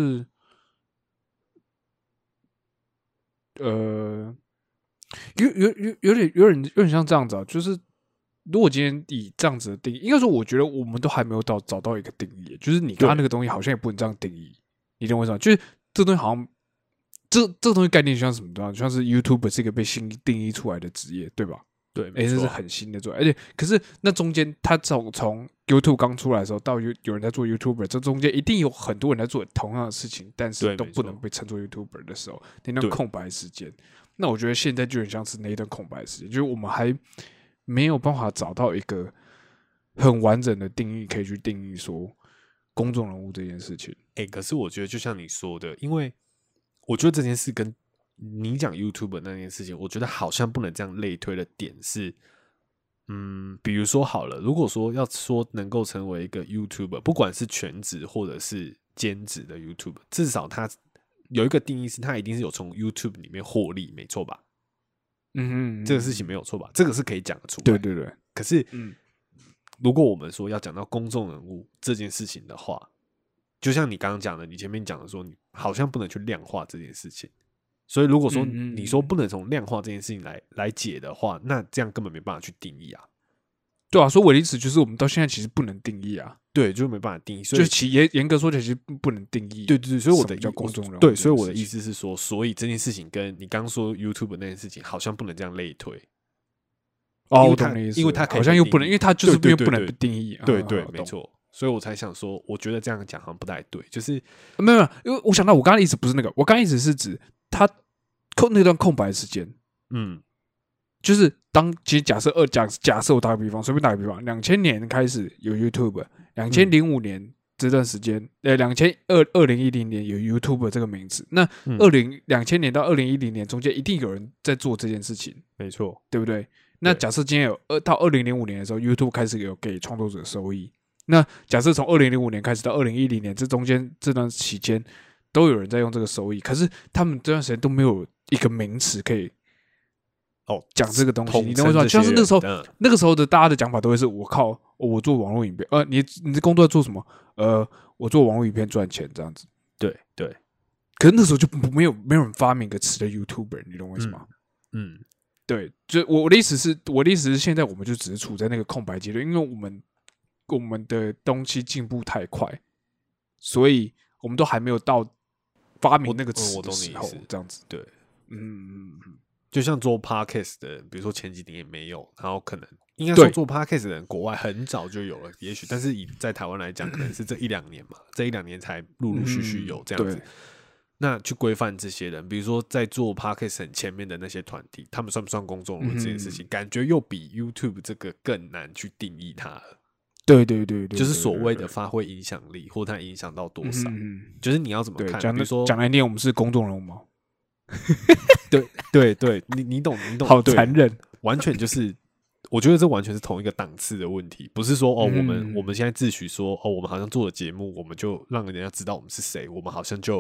呃，有有有有点有点有点像这样子啊。就是如果今天以这样子的定义，应该说，我觉得我们都还没有到找到一个定义。就是你刚刚那个东西好像也不能这样定义，你懂我意思吗？就是这东西好像，这这个东西概念就像什么的，就像是 YouTuber 是一个被新定义出来的职业，对吧？ 对， 哎、欸，这是很新的做，而且可是那中间，他从从 YouTube 刚出来的时候到有有人在做 YouTuber， 这中间一定有很多人在做同样的事情，但是都不能被称作 YouTuber 的时候，那段空白时间，那我觉得现在就很像是那一段空白时间，就是我们还没有办法找到一个很完整的定义，可以去定义说公众人物这件事情。 哎、欸，可是我觉得就像你说的，因为我觉得这件事跟你讲 YouTube 那件事情，我觉得好像不能这样类推的点是，嗯，比如说好了，如果说要说能够成为一个 YouTuber， 不管是全职或者是兼职的 YouTuber， 至少他有一个定义是，他一定是有从 YouTube 里面获利，没错吧？嗯哼，这个事情没有错吧？这个是可以讲得出来。 对对对。 可是，嗯，如果我们说要讲到公众人物这件事情的话，就像你刚刚讲的，你前面讲的说，你好像不能去量化这件事情。所以如果说你说不能从量化这件事情来来解的话，那这样根本没办法去定义啊。 对啊，所以我的意思就是我们到现在其实不能定义啊。 对，就没办法定义，所以就其严严格说起来其实不能定义。 对对对，所以我的叫公众人物。 对，所以我的意思是说，所以这件事情跟你刚说 YouTube 那件事情好像不能这样类推。 哦，我懂你意思， 因为它好像又不能，因为它就是因为不能被定义。 对对，没错。所以我才想说，我觉得这样讲好像不太对，就是没有没有，因为我想到我刚刚的意思不是那个，我刚刚意思是指他空那段空白时间，嗯，就是当其实假设二假假设我打个比方，随便打个比方，两千年开始有 YouTube， 两千零五年这段时间，呃，两千二二零一零年有 YouTube 这个名字，那二零两千年到二零一零年中间一定有人在做这件事情， 没错， 对不对？那假设今天有二到二零零五年的时候 ，YouTube 开始有给创作者收益。那假设从二零零五年开始到二零一零年这中间这段期间，都有人在用这个收益，可是他们这段时间都没有一个名词可以哦讲这个东西，你懂我意思吗？像是那个时候，嗯、那个时候的大家的讲法都会是我靠、哦，我做网络影片，呃，你你的工作在做什么？呃，我做网络影片赚钱这样子。 对对， 可是那时候就没有没有人发明一个词的 YouTuber， 你懂我意思吗？嗯，嗯对，就我我的意思是，我的意思是，现在我们就只是处在那个空白阶段，因为我们。我们的东西进步太快，所以我们都还没有到发明那个词的时候，这样子。 对，嗯，就像做 podcast 的人，比如说前几年也没有，然后可能应该说做 podcast 的人，国外很早就有了，也许，但是以在台湾来讲，可能是这一两年嘛，这一两年才陆陆续续有这样子。嗯、那去规范这些人，比如说在做 podcast 很前面的那些团体，他们算不算公众人物这件事情，嗯、感觉又比 YouTube 这个更难去定义它了。 对对 对, 对， 就是所谓的发挥影响力，或它影响到多少、嗯，就是你要怎么看？比如说讲来听，我们是公众人物吗？ 对对对，你你懂你懂， 好残忍， 完全就是，我觉得这完全是同一个档次的问题，不是说哦，我们、嗯、我们现在自诩说哦，我们好像做了节目，我们就让人家知道我们是谁，我们好像就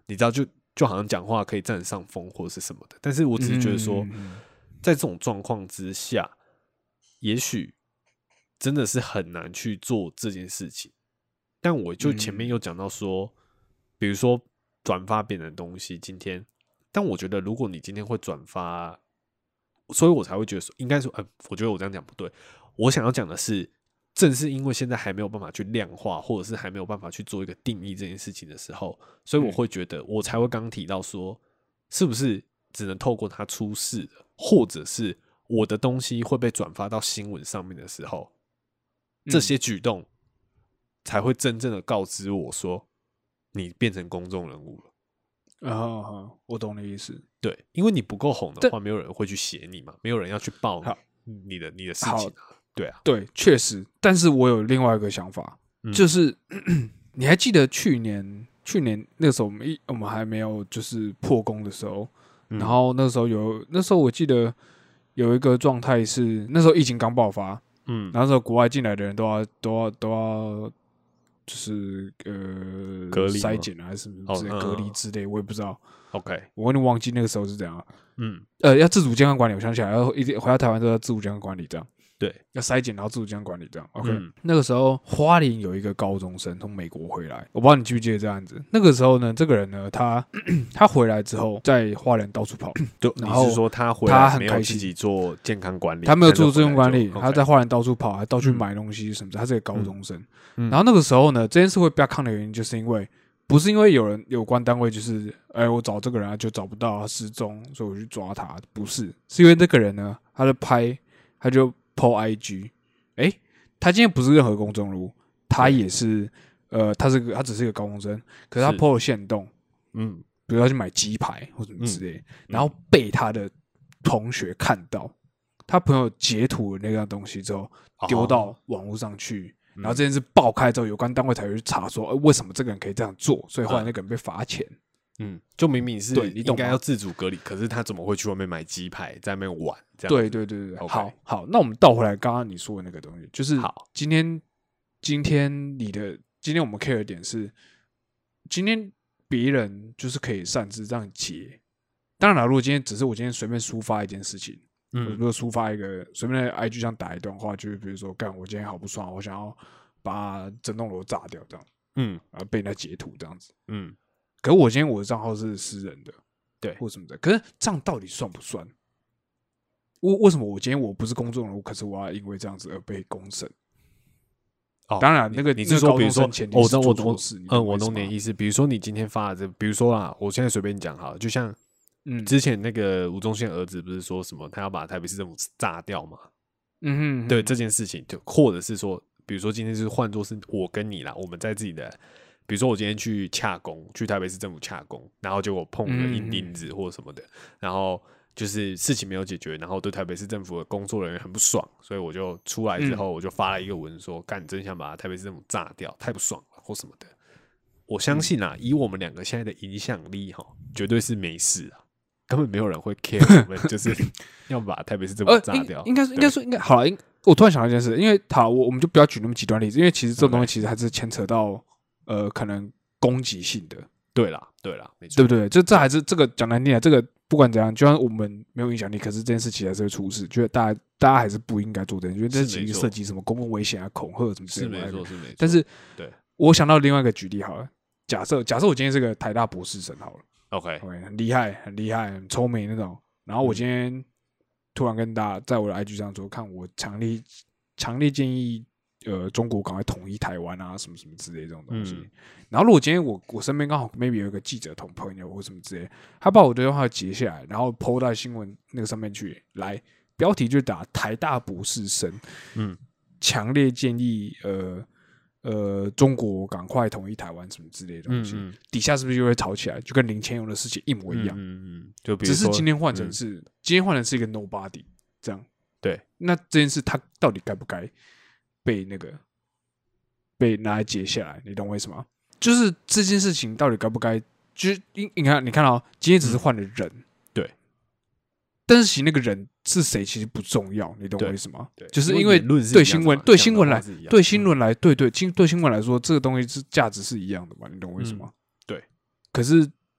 你知道就就好像讲话可以占上风或者是什么的。但是我只是觉得说， 嗯、 在这种状况之下，也许真的是很难去做这件事情。但我就前面又讲到说，嗯、比如说转发别人的东西，今天，但我觉得如果你今天会转发，所以我才会觉得说，应该说，呃，我觉得我这样讲不对。我想要讲的是，正是因为现在还没有办法去量化，或者是还没有办法去做一个定义这件事情的时候，所以我会觉得，我才会刚提到说，是不是只能透过它出事的，或者是我的东西会被转发到新闻上面的时候，这些举动才会真正的告知我说，你变成公众人物了。 啊、哦，我懂你的意思。 对，因为你不够红的话，没有人会去写你嘛，没有人要去报你的你的事情啊。对啊， 对，确实。但是我有另外一个想法，嗯、就是你还记得去年去年那个时候我们一我们还没有就是破功的时候，嗯、然后那时候有那时候我记得有一个状态是那时候疫情刚爆发，嗯，然后那时候国外进来的人都要都要都要就是呃隔离筛检啊还是什么之类、哦、隔离之类，我也不知道。 OK， 我有点忘记那个时候是怎样。嗯，呃，要自主健康管理，我想起来，要一回到台湾都要自主健康管理这样。 对， 要筛检，然后自主健康管理这样。OK，、嗯、那个时候花莲有一个高中生从美国回来，我不知道你记不记得这样子。那个时候呢，这个人呢，他他回来之后在花莲到处跑， 就然后你是说他回来没有自己做健康管理， 他没有做健康管理，他在花莲到处跑，还到处买东西什么的。嗯、他是个高中生、嗯嗯，然后那个时候呢，这件事会被抗的原因，就是因为。不是因为有人有关单位就是哎、欸，我找这个人啊就找不到，他失踪，所以我去抓他。不是，是因为这个人呢，他就拍，他就 po I G， 哎、欸，他今天不是任何公众人物，他也是呃，他是个他只是一个高中生，可是他 po 了限动，嗯，比如要去买鸡排或什么之类、嗯，然后被他的同学看到，他朋友截图那个东西之后丢到网络上去。然后这件事爆开之后，有关单位才会去查说，呃，为什么这个人可以这样做？所以后来那个人被罚钱。 嗯，就明明是应该要自主隔离，可是他怎么会去外面买鸡排，在那边玩？这样对对对对， okay. 好好，那我们倒回来刚刚你说的那个东西，就是今天今天你的今天我们 care 的点是，今天别人就是可以擅自这样截。当然了，如果今天只是我今天随便抒发一件事情。嗯，如果抒发一个随便在 I G 上打一段话，就是比如说，干我今天好不爽，我想要把整栋楼炸掉，这样，嗯，然后被人家截图这样子，嗯，可是我今天我的账号是私人的， 对， 或什么的，可是这样到底算不算？为为什么我今天我不是公众人物，可是我要因为这样子而被公审？哦，当然，那个你是说，比如说， 我懂我懂，嗯，我懂你的意思。比如说你今天发的这，比如说啊，我现在随便讲好了，就像。嗯，之前那个吴宗宪儿子不是说什么他要把台北市政府炸掉吗？嗯哼, 哼，对这件事情，就或者是说，比如说今天是换作是我跟你啦，我们在自己的，比如说我今天去洽公，去台北市政府洽公，然后结果碰了一钉子或什么的，然后就是事情没有解决，然后对台北市政府的工作人员很不爽，所以我就出来之后，我就发了一个文说，干、嗯，真想把台北市政府炸掉，太不爽了或什么的。我相信啊，嗯、以我们两个现在的影响力哈，绝对是没事啊。根本没有人会 care 我们就是要把台北市政府炸掉。 呃、应该应该说应该好了。我突然想到一件事，因为好，我我们就不要举那么极端例子，因为其实这种东西其实还是牵扯到呃可能攻击性的。 对啦，对啦，没错， 对不对？就这还是这个讲难听点，这个不管怎样，就算我们没有影响力，可是这件事情还是会出事。觉得大家大家还是不应该做这件事，因为这是一个涉及什么公共危险啊、恐吓什么之类的。 是没错，是没错。 但是对， 我想到另外一个举例好了，假设假设我今天是个台大博士生好了。 OK， 很厉害，很厉害，很聪明那种。然后我今天突然跟大家在我的 I G 上说，看我强烈强烈建议，呃，中国赶快统一台湾啊，什么什么之类的这种东西。嗯、然后如果今天我我身边刚好 maybe 有一个记者同朋友或什么之类，他把我的电话截下来，然后 po 到新闻那个上面去，来标题就打台大博士生，嗯，强烈建议呃。呃，中国赶快统一台湾什么之类的东西，嗯嗯，底下是不是就会吵起来？就跟林千勇的事情一模一样。 嗯嗯，就比如说只是今天换成是、嗯、今天换成是一个 nobody 这样。 对， 那这件事他到底该不该被那个被拿来截下来？你懂我意思吗？就是这件事情到底该不该？就是你你看，你看到、哦、今天只是换了人、嗯， 对， 但是其实那个人是谁其实不重要，你懂我意思吗？ 对， 就是因为对新闻对新闻来对新闻来对对对新闻来说，这个东西是价值是一样的嘛？你懂我意思吗？ 嗯、对。 可是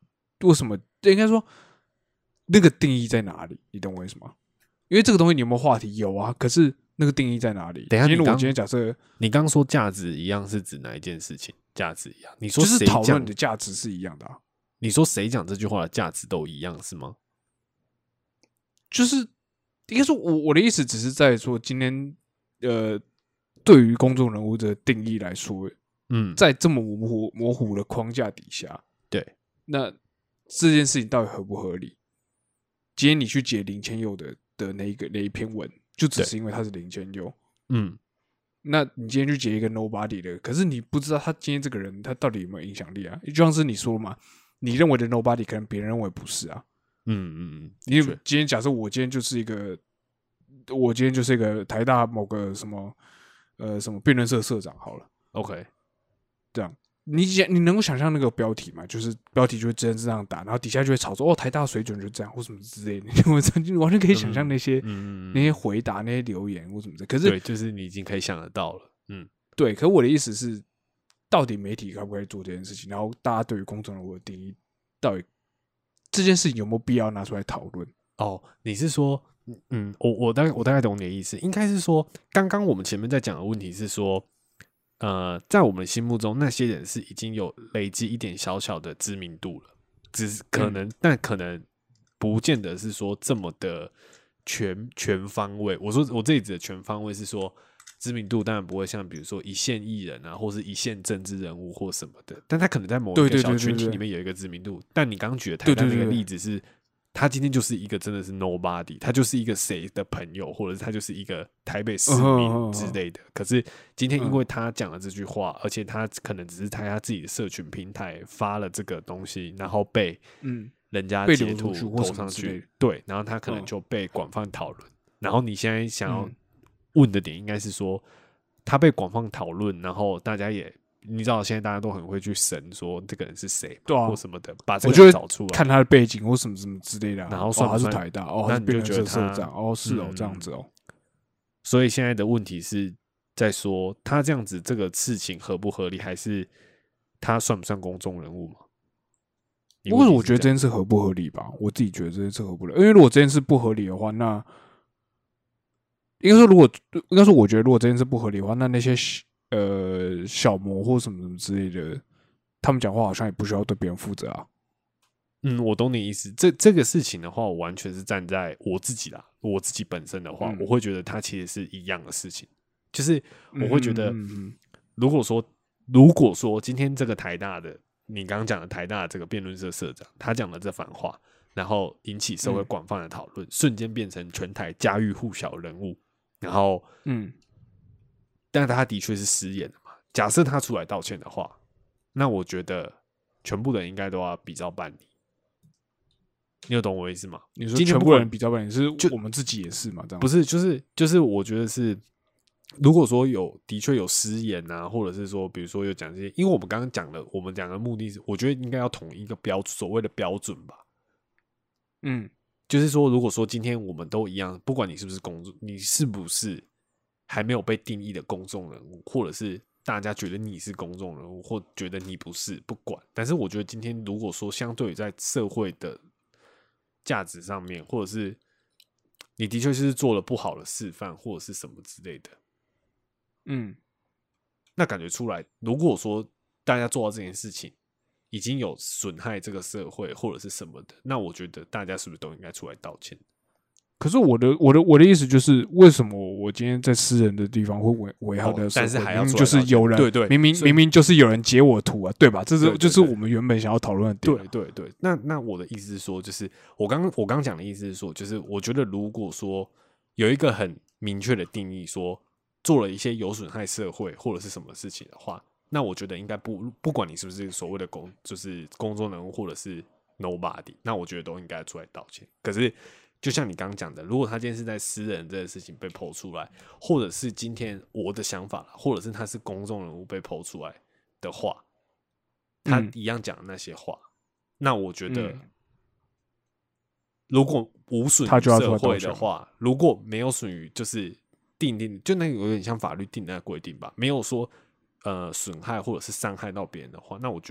为什么应该说那个定义在哪里？你懂我意思吗？因为这个东西你有没有话题？有啊，可是那个定义在哪里？ 等一下， 今天我今天假设你刚说价值一样是指哪一件事情？价值一样，你说就是谁讨论的价值是一样的啊。 你说谁讲这句话的价值都一样是吗？ 就是应该说我我的意思只是在说，今天呃，对于公众人物的定义来说，嗯，在这么模糊模糊的框架底下， 对， 那这件事情到底合不合理？今天你去解林千佑的的那一个那一篇文，就只是因为他是林千佑，嗯，那你今天去解一个 nobody 的，可是你不知道他今天这个人他到底有没有影响力啊？就像是你说嘛，你认为的 nobody， 可能别人认为不是啊。嗯嗯嗯，你今天假设我今天就是一个，我今天就是一个台大某个什么呃什么辩论社社长好了 ，OK， 这样。你你能够想象那个标题吗？就是标题就会真这样打，然后底下就会吵说哦台大水准就这样或什么之类的，我就完全可以想象那些、嗯嗯、那些回答那些留言或什么的。可是对，就是你已经可以想得到了，嗯， 对。可我的意思是，到底媒体可不可以做这件事情？然后大家对于公众人物的定义，到底这件事情有没有必要拿出来讨论？ 哦，你是说，嗯，我我大概我大概懂你的意思，应该是说，刚刚我们前面在讲的问题是说。呃，在我们心目中，那些人是已经有累积一点小小的知名度了，只是可能，嗯、但可能不见得是说这么的全全方位。我说我这里指的全方位是说，知名度当然不会像比如说一线艺人啊，或是一线政治人物或什么的，但他可能在某一个小群体里面有一个知名度。但你刚刚举的台大那个例子是。對對對對他今天就是一个真的是 nobody， 他就是一个谁的朋友，或者是他就是一个台北市民之类的。可是今天因为他讲了这句话，而且他可能只是在他自己的社群平台发了这个东西，然后被人家截图投上去，对，然后他可能就被广泛讨论。然后你现在想要问的点应该是说，他被广泛讨论，然后大家也。你知道现在大家都很会去审说这个人是谁，对啊，或什么的，把这个找出来， 看他的背景或什么什么之类的、啊， 然后算不算、哦、他是台大哦， 那你就觉得他社长哦，是哦、嗯，这样子哦。 所以现在的问题是在说他这样子这个事情合不合理，还是他算不算公众人物嘛？ 不过我觉得这件事合不合理吧，我自己觉得这件事合不合理，因为如果这件事不合理的话，那应该说如果应该说我觉得如果这件事不合理的话，那那些。呃，小模或什么什么之类的，他们讲话好像也不需要对别人负责啊。 嗯，我懂你意思。这这个事情的话，我完全是站在我自己啦，我自己本身的话，嗯、我会觉得它其实是一样的事情。就是我会觉得，嗯、如果说如果说今天这个台大的，你刚刚讲的台大的这个辩论社社长，他讲了这番话，然后引起社会广泛的讨论，嗯、瞬间变成全台家喻户晓人物，然后嗯。但他的确是失言的嘛。假设他出来道歉的话，那我觉得全部人应该都要比照办理。你有懂我意思吗？ 你说全部人比照办理，是我们自己也是嘛？这样不是，就是就是，我觉得是，如果说有的确有失言啊，或者是说，比如说有讲这些，因为我们刚刚讲了，我们讲的目的是，我觉得应该要统一一个标所谓的标准吧。嗯，就是说，如果说今天我们都一样，不管你是不是公众，你是不是。还没有被定义的公众人物，或者是大家觉得你是公众人物，或觉得你不是，不管。但是我觉得今天如果说相对于在社会的价值上面，或者是你的确是做了不好的示范，或者是什么之类的，嗯，那感觉出来，如果说大家做到这件事情已经有损害这个社会或者是什么的，那我觉得大家是不是都应该出来道歉？ 可是我的我的我的意思就是，为什么我今天在私人的地方会危危害的社会？ 但是还要就是有人对对， 明明明明就是有人截我图啊，对吧？这是就是我们原本想要讨论的点。 对对对，那那我的意思是说，就是我刚我刚讲的意思是说，就是我觉得如果说有一个很明确的定义，说做了一些有损害社会或者是什么事情的话，那我觉得应该不不管你是不是所谓的公就是公众人物或者是 nobody， 那我觉得都应该出来道歉。可是。就像你刚刚讲的，如果他今天是在私人这个事情被剖出来，或者是今天我的想法，或者是他是公众人物被剖出来的话，他一样讲的那些话，嗯、那我觉得，如果无损于社会的话，如果没有损于就是定定，就那个有点像法律定的规定吧，没有说呃损害或者是伤害到别人的话，那我觉得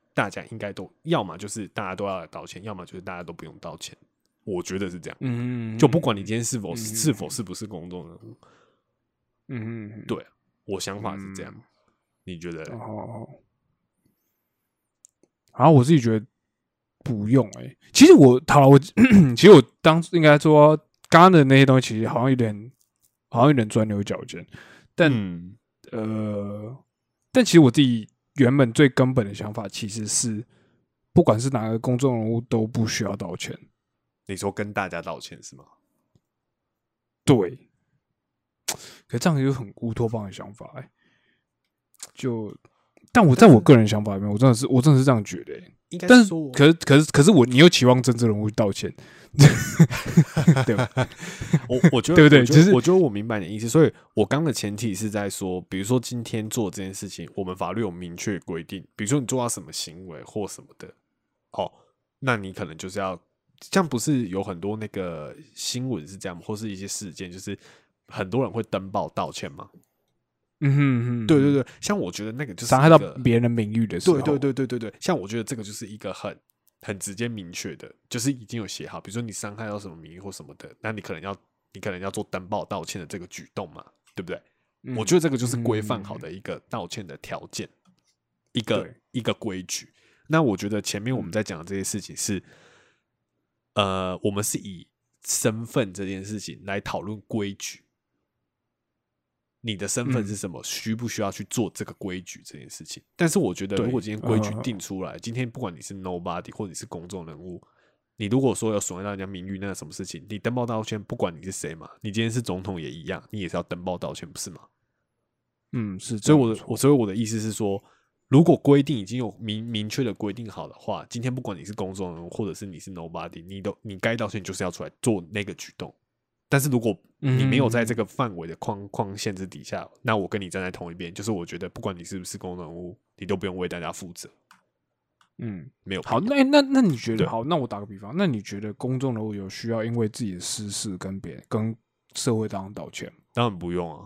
大家应该都要么就是大家都要来道歉，要么就是大家都不用道歉。我觉得是这样， 嗯， 就不管你今天是否、 嗯、 是否是不是公众人物， 嗯， 对，我想法是这样，嗯、你觉得？ 哦，然后我自己觉得不用哎、欸，其实我好了，我其实我当应该说刚刚的那些东西，其实好像有点，好像有点钻牛角尖，但、嗯、呃，但其实我自己原本最根本的想法其实是，不管是哪个公众人物都不需要道歉。 你说跟大家道歉是吗？ 对，可是这样就很乌托邦的想法哎、欸，就，但我在我个人想法里面，我真的是我真的是这样觉得、欸。 应该但是， 可是可是可是我，你又期望政治人物道歉，对吧？ 我我觉得对不对？ 其实我觉得我明白你的意思，所以我刚的前提是在说，比如说今天做这件事情，我们法律有明确规定，比如说你做到什么行为或什么的，哦，那你可能就是要，这样不是有很多那个新闻是这样，或是一些事件，就是很多人会登报道歉吗？ 嗯哼嗯哼， 对对对，像我觉得那个就是伤害到别人的名誉的时候， 对对对对对对，像我觉得这个就是一个很很直接明确的，就是已经有写好，比如说你伤害到什么名誉或什么的，那你可能要你可能要做登报道歉的这个举动嘛，对不对？嗯、我觉得这个就是规范好的一个道歉的条件，嗯、一个一个规矩。那我觉得前面我们在讲的这些事情是，嗯、呃，我们是以身份这件事情来讨论规矩。你的身份是什么？嗯、需不需要去做这个规矩这件事情？但是我觉得，如果今天规矩定出来，呃、今天不管你是 nobody 或者你是公众人物，你如果说有损害到人家名誉，那什么事情，你登报道歉，不管你是谁嘛，你今天是总统也一样，你也是要登报道歉，不是吗？ 嗯，是。 所以我的我所以我的意思是说，如果规定已经有明明确的规定好的话，今天不管你是公众人物，或者是你是 nobody， 你都你该道歉就是要出来做那个举动。但是如果你没有在这个范围的框框限制底下，那我跟你站在同一边，就是我觉得不管你是不是公众人物，你都不用为大家负责。 嗯， 没有。 好，那那那你觉得好？那我打个比方，那你觉得公众人物有需要因为自己的私事跟别人、跟社会当中道歉吗？ 当然不用啊，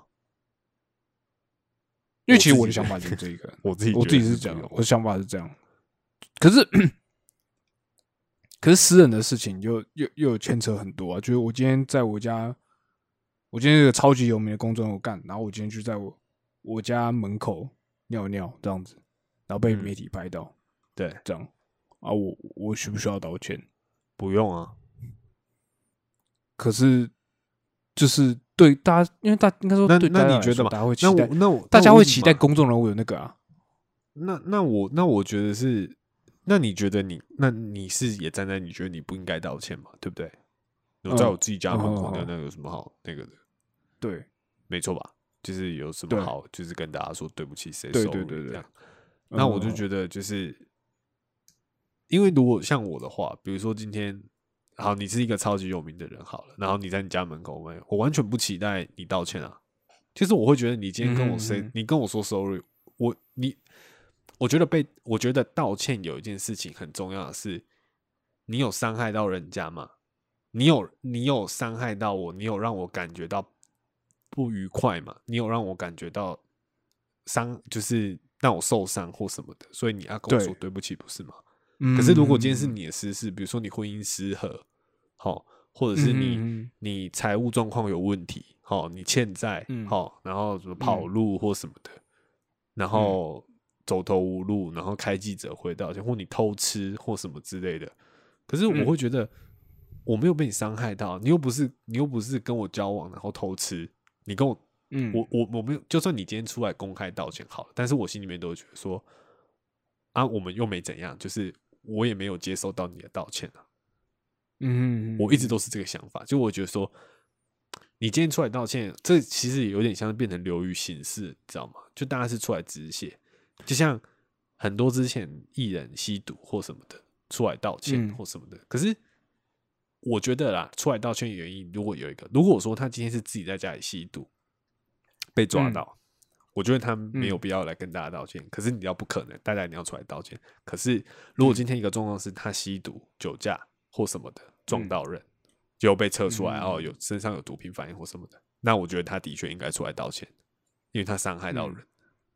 因为其实我的想法就是这个， 我自己我自己是这样，我的想法是这样。可是。可是私人的事情又又又有牵扯很多啊！就是我今天在我家，我今天这个超级有名的公众人物干，然后我今天就在我我家门口尿尿这样子，然后被媒体拍到，嗯、 对， 这样啊，我我需不需要道歉？ 不用啊。 可是就是对大家，因为大应该说对大家， 那你觉得嘛？ 大家会期待， 那我大家会期待公众人物有那个啊。 那那我那我觉得是。那你觉得你那你是也站在你觉得你不应该道歉嘛？对不对？我在我自己家门口尿尿有什么好那个的？ 对， 没错吧？就是有什么好，就是跟大家说对不起，谁收对对对这样。那我就觉得就是，因为如果像我的话，比如说今天好，你是一个超级有名的人好了，然后你在你家门口，我完全不期待你道歉啊。其实我会觉得你今天跟我 say，、嗯、你跟我说 sorry， 我你。我觉得被我觉得道歉有一件事情很重要的是，你有伤害到人家吗？你有你有伤害到我，你有让我感觉到不愉快吗？你有让我感觉到伤，就是让我受伤或什么的，所以你要跟我说对不起，不是吗？可是如果今天是你的私事，比如说你婚姻失和，好，或者是你、嗯、你财务状况有问题，好，你欠债，好、嗯，然后什么跑路或什么的，然后。嗯走投无路，然后开记者会道歉，或你偷吃或什么之类的。可是我会觉得我没有被你伤害到，你又不是你又不是跟我交往然后偷吃，你跟我，嗯，我我我没有，就算你今天出来公开道歉好了，但是我心里面都会觉得说，啊，我们又没怎样，就是我也没有接受到你的道歉啊。嗯，我一直都是这个想法，就我觉得说，你今天出来道歉，这其实有点像变成流于形式，你知道吗？就大家是出来止血。就像很多之前艺人吸毒或什么的出来道歉或什么的，嗯、可是我觉得啦，出来道歉的原因如果有一个，如果我说他今天是自己在家里吸毒被抓到，嗯、我觉得他没有必要来跟大家道歉。嗯、可是你要不可能，大家一定要出来道歉。可是如果今天一个状况是他吸毒、酒驾或什么的撞到人，结果、嗯、被测出来，然后、嗯、有身上有毒品反应或什么的，那我觉得他的确应该出来道歉，因为他伤害到人。嗯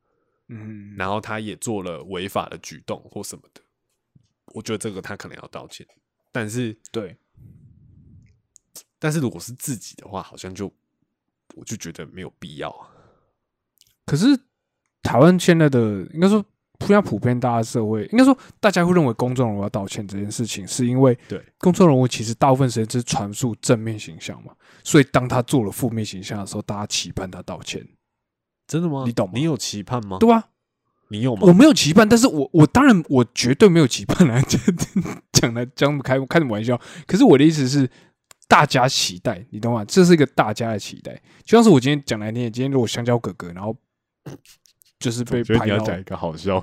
嗯， 然后他也做了违法的举动或什么的，我觉得这个他可能要道歉。但是对， 但是如果是自己的话，好像就我就觉得没有必要啊。 可是台湾现在的应该说。非常普遍，大家社会应该说，大家会认为公众人物要道歉这件事情，是因为对公众人物其实大部分时间是传述正面形象嘛，所以当他做了负面形象的时候，大家期盼他道歉。 真的吗？ 你懂吗？ 你有期盼吗？ 对啊， 你有吗？ 我没有期盼，但是我我当然我绝对没有期盼来讲来讲开开什么玩笑。可是我的意思是，大家期待，你懂吗？这是一个大家的期待。就像是我今天讲来听，今天如果香蕉哥哥，然后。就是被拍到， 你要讲一个好笑，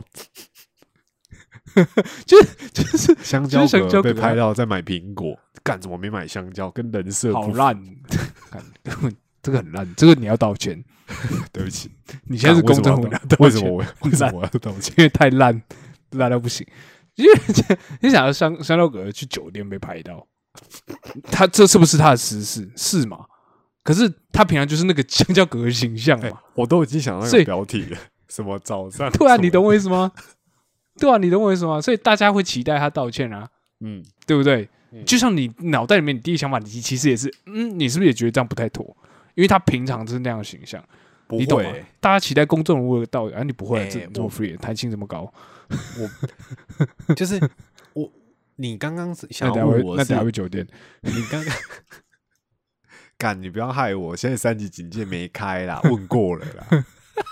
就是就是香蕉哥被拍到在买苹果，干怎么没买香蕉？跟人设好烂，这个很烂，这个你要道歉。 对不起， 你现在是公众人物， 为什么我为什么我要道歉？ 因为太烂，烂到不行。因为你想要香香蕉哥去酒店被拍到，他这是不是他的私事？是吗？可是他平常就是那个香蕉哥的形象嘛，欸、 我都已经想到那个标题了。什么早上？ 对啊，你懂我意思吗？对啊，你懂我意思吗？所以大家会期待他道歉啊， 嗯， 对不对？嗯、就像你脑袋里面，你第一想法，你其实也是，嗯，你是不是也觉得这样不太妥？因为他平常就是那样的形象， 不会你懂吗？大家期待公众人物的道歉，啊，你不会、啊， 欸、 这这么 free， 台青这么高， 我就是我，你刚刚想要问我那等下回酒店， 你刚刚。干，你不要害我！现在三级警戒没开啦，问过了啦。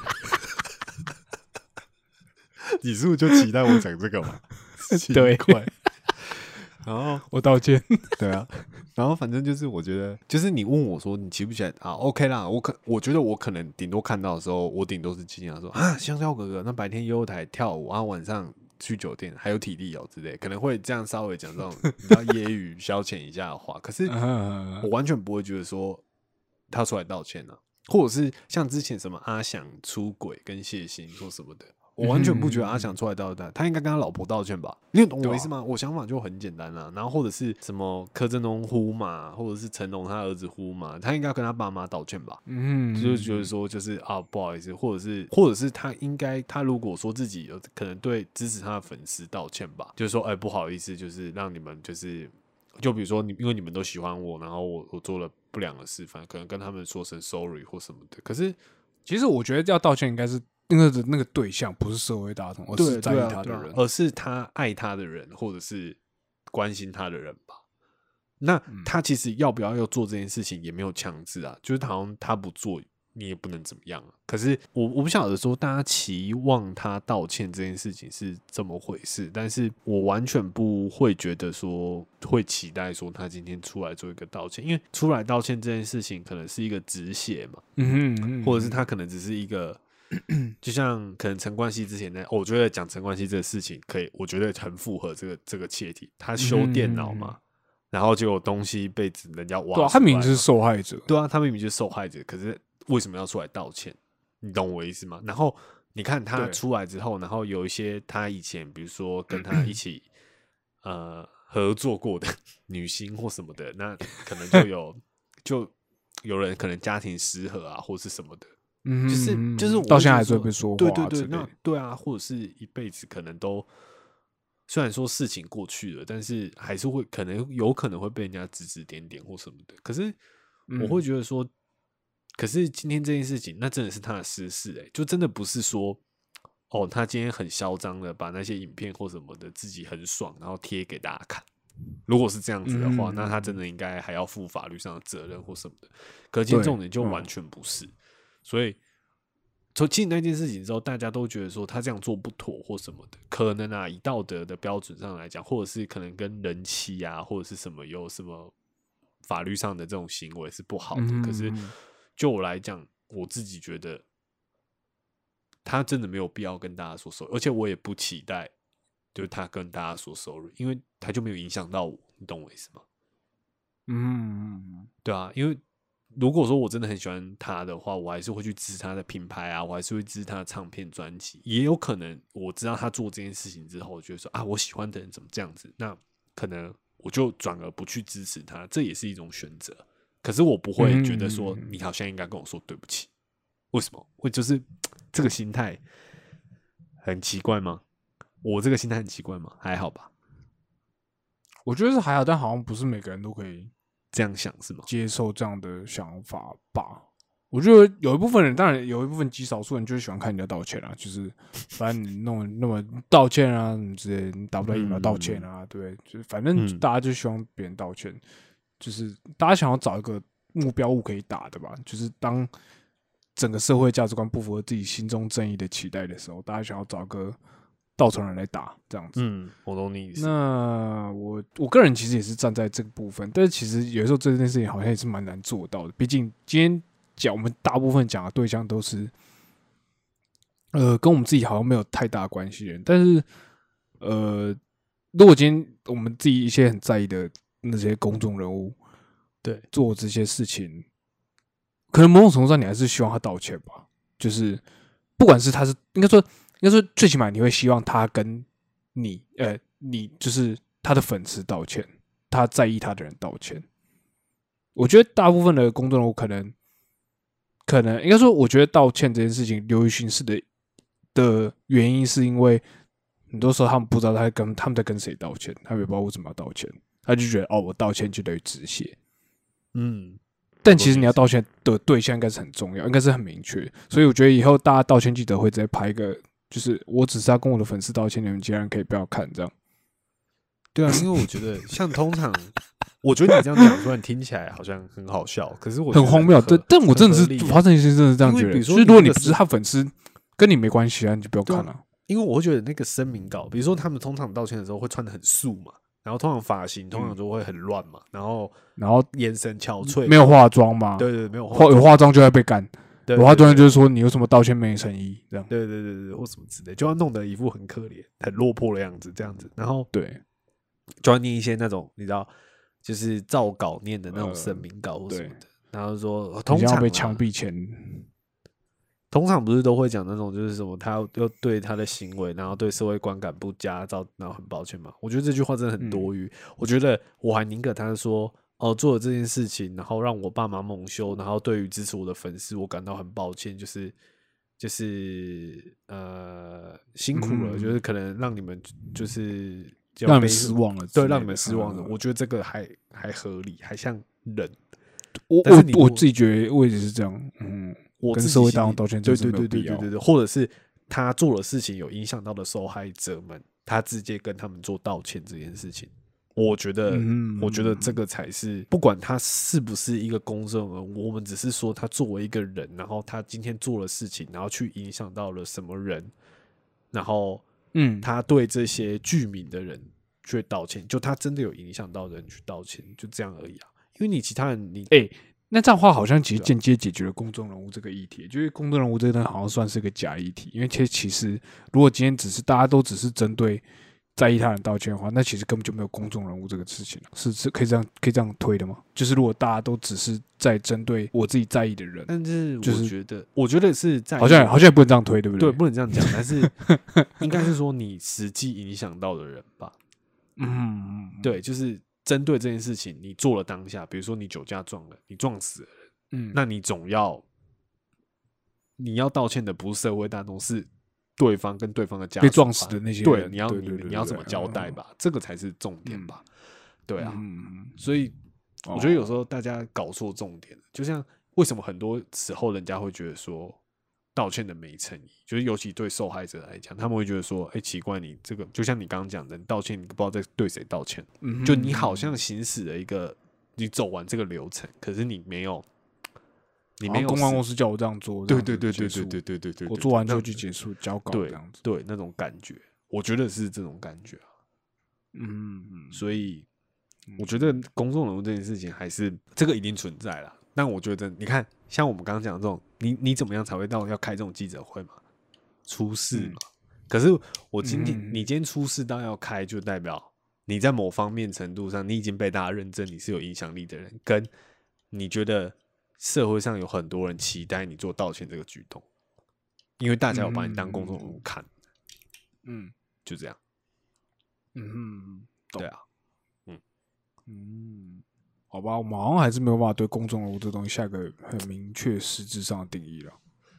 你是不是就期待我讲这个嘛？ 对， 然后我道歉。 对啊，然后反正就是我觉得，就是你问我说你期不期待啊 ？OK 啦，我可我觉得我可能顶多看到的时候，我顶多是惊讶说啊，香蕉哥哥，那白天悠台跳舞，然后晚上去酒店还有体力哦之类，可能会这样稍微讲这种比较揶揄消遣一下的话。可是我完全不会觉得说他出来道歉啊，或者是像之前什么阿翔出轨跟谢欣或什么的。我完全不觉得阿翔出来道歉，他应该跟他老婆道歉吧？你懂我意思吗？我想法就很简单啦、啊。然后或者是什么柯震东呼嘛，或者是成龙他儿子呼嘛，他应该跟他爸妈道歉吧？嗯，就是觉得说就是啊不好意思，或者是或者是他应该他如果说自己有可能对支持他的粉丝道歉吧，就是说哎、欸、不好意思，就是让你们就是就比如说你因为你们都喜欢我，然后我我做了不良的示范，可能跟他们说声 sorry 或什么的。可是其实我觉得要道歉应该是。那个的那个对象不是社会大众，而是在意他的人， 而是他爱他的人，或者是关心他的人吧。那他其实要不要要做这件事情也没有强制啊，就是好像他不做，你也不能怎么样啊。可是我我不晓得说大家期望他道歉这件事情是这么回事，但是我完全不会觉得说会期待说他今天出来做一个道歉，因为出来道歉这件事情可能是一个止血嘛，嗯哼嗯哼，或者是他可能只是一个。就像可能陈冠希之前呢、哦，我觉得讲陈冠希这个事情可以，我觉得很符合这个这个切题。他修电脑嘛，嗯、然后就有东西被人家挖出来， 对、啊，他明明是受害者， 对啊，他明明就是受害者，可是为什么要出来道歉？你懂我意思吗？然后你看他出来之后，然后有一些他以前比如说跟他一起呃合作过的女星或什么的，那可能就有就有人可能家庭失和啊，或是什么的。嗯，就是就是我到现在还是会被说话， 对对对，那对啊，或者是一辈子可能都，虽然说事情过去了，但是还是会可能有可能会被人家指指点点或什么的。可是我会觉得说，嗯、可是今天这件事情，那真的是他的私事、欸，就真的不是说，哦，他今天很嚣张的把那些影片或什么的自己很爽，然后贴给大家看。如果是这样子的话，嗯、那他真的应该还要负法律上的责任或什么的。可是今天重点就完全不是。所以，从经历那件事情之后，大家都觉得说他这样做不妥或什么的，可能啊，以道德的标准上来讲，或者是可能跟人妻啊，或者是什么有什么法律上的这种行为是不好的。嗯、可是就我来讲，我自己觉得他真的没有必要跟大家说 sorry， 而且我也不期待就是他跟大家说 sorry， 因为他就没有影响到我，你懂我意思吗？嗯，对啊，因为。如果说我真的很喜欢他的话，我还是会去支持他的品牌啊，我还是会支持他的唱片专辑。也有可能我知道他做这件事情之后，我觉得说啊，我喜欢的人怎么这样子，那可能我就转而不去支持他，这也是一种选择。可是我不会觉得说你好像应该跟我说对不起，为什么？会就是这个心态很奇怪吗？我这个心态很奇怪吗？还好吧。 我觉得是还好，但好像不是每个人都可以这样想，是吗？ 接受这样的想法吧。我觉得有一部分人，当然有一部分极少数人就是喜欢看人家道歉啊，就是反正你弄那么道歉啊什么之类的，你打不到疫苗道歉啊，嗯、对，就是反正大家就希望别人道歉，嗯、就是大家想要找一个目标物可以打的吧，就是当整个社会价值观不符合自己心中正义的期待的时候，大家想要找个稻草人来打这样子。 嗯，我懂你意思。 那我我个人其实也是站在这个部分，但是其实有时候这件事情好像也是蛮难做到的，毕竟今天。讲我们大部分讲的对象都是，呃，跟我们自己好像没有太大关系的人。但是，呃，如果今天我们自己一些很在意的那些公众人物， 对做这些事情，可能某种程度上你还是希望他道歉吧。就是不管是他是应该说，应该说最起码你会希望他跟你，呃，你就是他的粉丝道歉，他在意他的人道歉。我觉得大部分的公众人物可能。可能应该说，我觉得道歉这件事情流于形式的的原因，是因为很多时候他们不知道他在跟他们在跟谁道歉，他们也不知道为什么要道歉，他就觉得哦，我道歉就等于止血。嗯，但其实你要道歉的对象应该是很重要，应该是很明确。所以我觉得以后大家道歉记者会直接拍一个，就是我只是要跟我的粉丝道歉，你们竟然可以不要看这样。 对啊，因为我觉得像通常。我觉得你这样讲，虽然听起来好像很好笑，可是我很荒谬。对，但我真的是发生一些真的是这样觉得。就是如果你不是他粉丝，跟你没关系啊，你就不要看了、啊。 因为我会觉得那个声明稿，比如说他们通常道歉的时候会穿得很素嘛，然后通常发型通常就会很乱嘛，然后然后眼神憔悴， 没有化妆嘛？ 对对，没有化妆， 有化妆就会被干。有化妆就是说你有什么道歉没诚意这样。 对对对对，或什么之类，就要弄得一副很可怜、很落魄的样子，这样子。然后对， 就要念一些那种你知道。就是照稿念的那种声明稿或什么的，呃、然后说通常被枪毙前， 通常不是都会讲那种就是什么他要对他的行为，然后对社会观感不佳，然后很抱歉嘛。我觉得这句话真的很多余。嗯、我觉得我还宁可他说哦做了这件事情，然后让我爸妈蒙羞，然后对于支持我的粉丝，我感到很抱歉，就是就是呃辛苦了，嗯、就是可能让你们就是。 让你们失望了， 对，让你们失望了。嗯、我觉得这个还还合理，还像人。 我我我自己觉得我也是这样，嗯， 我跟社会大众道歉， 对对对对对对对，或者是他做的事情有影响到的受害者们，他直接跟他们做道歉这件事情，我觉得，嗯、我觉得这个才是，不管他是不是一个公众人物，我们只是说他作为一个人，然后他今天做了事情，然后去影响到了什么人，然后。嗯，他对这些剧名的人去道歉，就他真的有影响到的人去道歉，就这样而已啊。因为你其他人，你哎、欸，那这样的话好像其实间接解决了公众人物这个议题，就是公众人物这个东西好像算是个假议题。因为其实其实如果今天只是大家都只是针对在意他人道歉的话，那其实根本就没有公众人物这个事情，是是可以这样可以这样推的吗？就是如果大家都只是在针对我自己在意的人， 但是我觉得，就是、我觉得是在好像好像也不能这样推，对不对？ 对，不能这样讲，但是应该是说你实际影响到的人吧。嗯，对，就是针对这件事情，你做了当下，比如说你酒驾撞了，你撞死了人，嗯，那你总要你要道歉的不是社会大众，是。对方跟对方的家属被撞死的那些人， 对，你要你你要怎么交代吧？这个才是重点吧？对啊，所以我觉得有时候大家搞错重点，就像为什么很多时候人家会觉得说道歉的没诚意，就是尤其对受害者来讲，他们会觉得说，哎，奇怪，你这个就像你刚刚讲的，你道歉你不知道在对谁道歉，就你好像行使了一个你走完这个流程，可是你没有。你没有公关公司叫我这样做， 对对对对对对对对对， 我做完就去结束交稿这样子， 对那种感觉，我觉得是这种感觉啊。嗯，所以我觉得公众人物这件事情还是这个一定存在啦。但我觉得你看，像我们刚刚讲的这种，你你怎么样才会到要开这种记者会嘛？出事嘛？嗯、可是我今天、嗯、你今天出事到要开，就代表你在某方面程度上，你已经被大家认证你是有影响力的人，跟你觉得。社会上有很多人期待你做道歉这个举动，因为大家有把你当公众人物看，嗯，就这样， 嗯， 对啊， 嗯嗯，好吧，我们好像还是没有办法对公众人物这东西下个很明确实质上的定义了。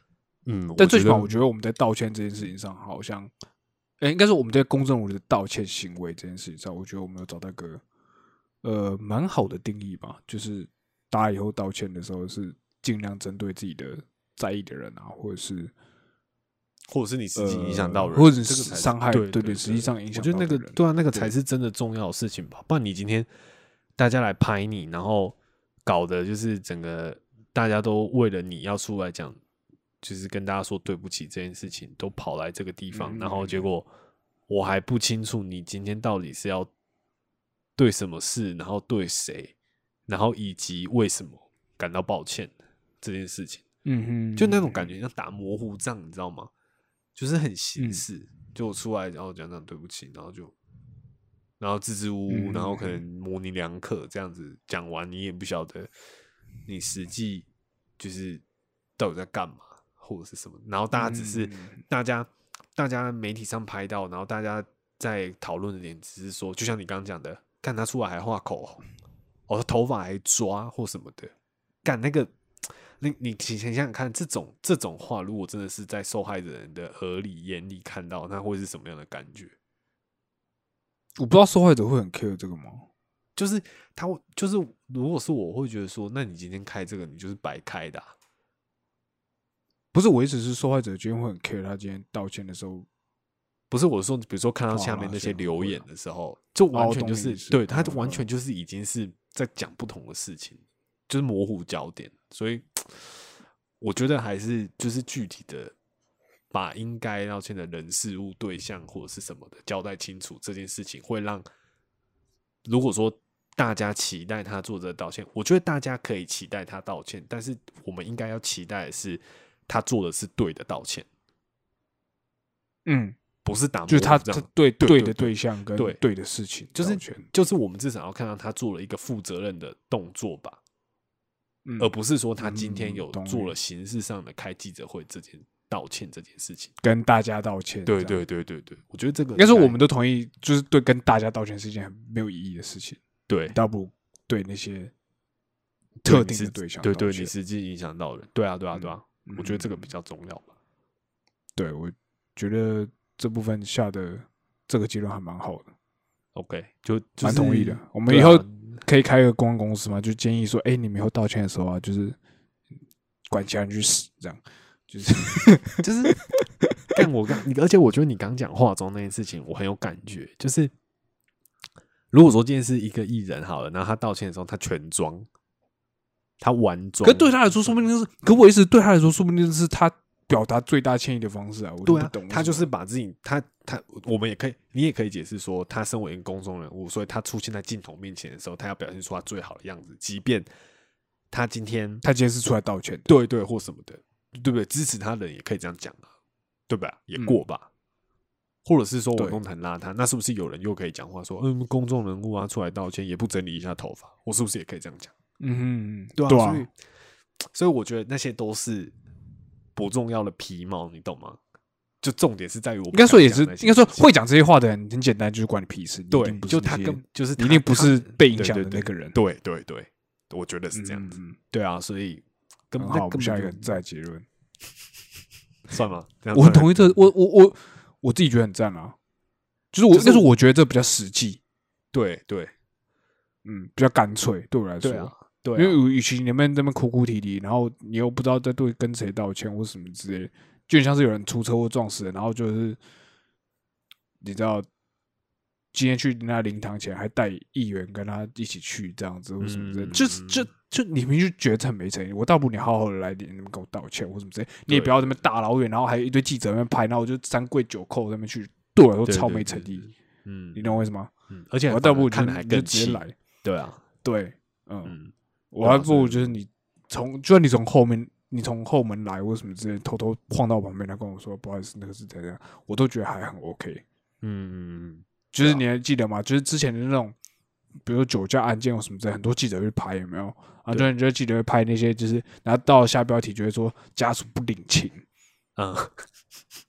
嗯， 但最起码我觉得我们在道歉这件事情上，好像，哎、欸，应该说我们在公众的道歉行为这件事情上，我觉得我们有找到一个呃蛮好的定义吧，就是大家以后道歉的时候是尽量针对自己的在意的人啊，或者是。 或者是你实际影响到人， 呃、或者是伤害， 对对 对, 对，实际上影响到人。 我觉得那个对啊，那个才是真的重要的事情吧。不然你今天大家来拍你，然后搞的就是整个大家都为了你要出来讲，就是跟大家说对不起这件事情，都跑来这个地方，嗯、然后结果我还不清楚你今天到底是要对什么事，然后对谁，然后以及为什么感到抱歉这件事情。 嗯哼， 就那种感觉像打模糊仗，你知道吗？就是很形式，嗯、就出来然后讲讲对不起，然后就然后支支吾吾，嗯、然后可能模棱两可这样子讲完，你也不晓得你实际就是到底在干嘛或者是什么，然后大家只是、嗯、大家大家媒体上拍到，然后大家在讨论的点只是说，就像你刚刚讲的，看他出来还画口红，哦，他头发还抓或什么的，干那个。你你想想看，这种这种话，如果真的是在受害者人的耳里眼里看到，那会是什么样的感觉？ 我不知道受害者会很 care 这个吗？ 就是他，就是如果是我会觉得说，那你今天开这个，你就是白开的、啊。 不是我意思是受害者今天会很 care 他今天道歉的时候， 不是我说，比如说看到下面那些留言的时候，就完全就是、哦、对他完全就是已经是在讲不同的事情。就是模糊焦点，所以我觉得还是就是具体的把应该道歉的人事物对象或者是什么的交代清楚，这件事情会让如果说大家期待他做这个道歉，我觉得大家可以期待他道歉，但是我们应该要期待的是他做的是对的道歉。 嗯， 不是打模糊， 就是他他对对对的对象跟对的事情， 就是就是我们至少要看到他做了一个负责任的动作吧。嗯、而不是说他今天有做了形式上的开记者会这件道歉这件事情， 跟大家道歉。 对对对对对，我觉得这个应该说我们都同意，就是对跟大家道歉是一件很没有意义的事情。 对， 倒不如对那些特定的对象对对你实际影响到人。对啊对啊对啊，嗯、我觉得这个比较重要吧。 对，我觉得这部分下的这个结论还蛮好的。 OK， 就蛮、 就是、同意的。我们以后。可以开一个公关公司吗？就建议说，哎、欸，你们以后道歉的时候啊，就是管其他人去死，这样，就是就是干我刚，而且我觉得你刚讲化妆那件事情，我很有感觉。就是如果说今天是一个艺人好了，然后他道歉的时候，他全妆，他完妆， 可对他来说，说不定就是，可我意思对他来说，说不定是他表达最大歉意的方式啊。我就不懂， 对啊，他就是把自己他。他我们也可以，你也可以解释说，他身为一个公众人物，所以他出现在镜头面前的时候，他要表现出他最好的样子，即便他今天他今天是出来道歉的， 对对或什么的，对不对？支持他的人也可以这样讲啊，对吧？也过吧。嗯、或者是说我弄得很邋遢，那是不是有人又可以讲话说，嗯，公众人物啊，出来道歉也不整理一下头发，我是不是也可以这样讲？ 嗯哼， 对啊， 对啊， 所以所以我觉得那些都是不重要的皮毛，你懂吗？就重点是在于我们应该说也是，应该说会讲这些话的人很简单，就是关你屁事。 对，就他跟就是一定不是被影响的那个人。 对对 对, 對，我觉得是这样子。嗯、对啊，所以根本好，我们下一个再结论， 算了。 我很同意这，我我我我自己觉得很赞啊。就是我，但是我觉得这比较实际。 对对， 嗯，比较干脆对我来说。 对啊，对啊， 因为与其你们在那边哭哭啼啼，然后你又不知道在对跟谁道歉或什么之类的。就很像是有人出车祸撞死人，然后就是你知道，今天去那灵堂前还带议员跟他一起去这样子或什么之类的，嗯、就是就就你们就觉得很没诚意。我倒不如你好好的来点，你们跟我道歉或什么之类，你也不要这么大老远，然后还有一堆记者在那边拍，然后我就三跪九叩在那边去，对我来说超没诚意。嗯，你懂我意思吗？ 嗯，而且我倒不如看还更直接来。 对啊， 对，嗯，嗯我还不如就是你从，就算你从后面。你从后门来或什么之类，偷偷晃到旁边，他跟我说不好意思，那个是怎样，我都觉得还很 OK。嗯，就是你还记得吗？就是之前的那种，比如说酒驾案件或什么之类，很多记者会拍，有没有？然后就你就记者会拍那些，就是然后到下标题就会说家属不领情。嗯，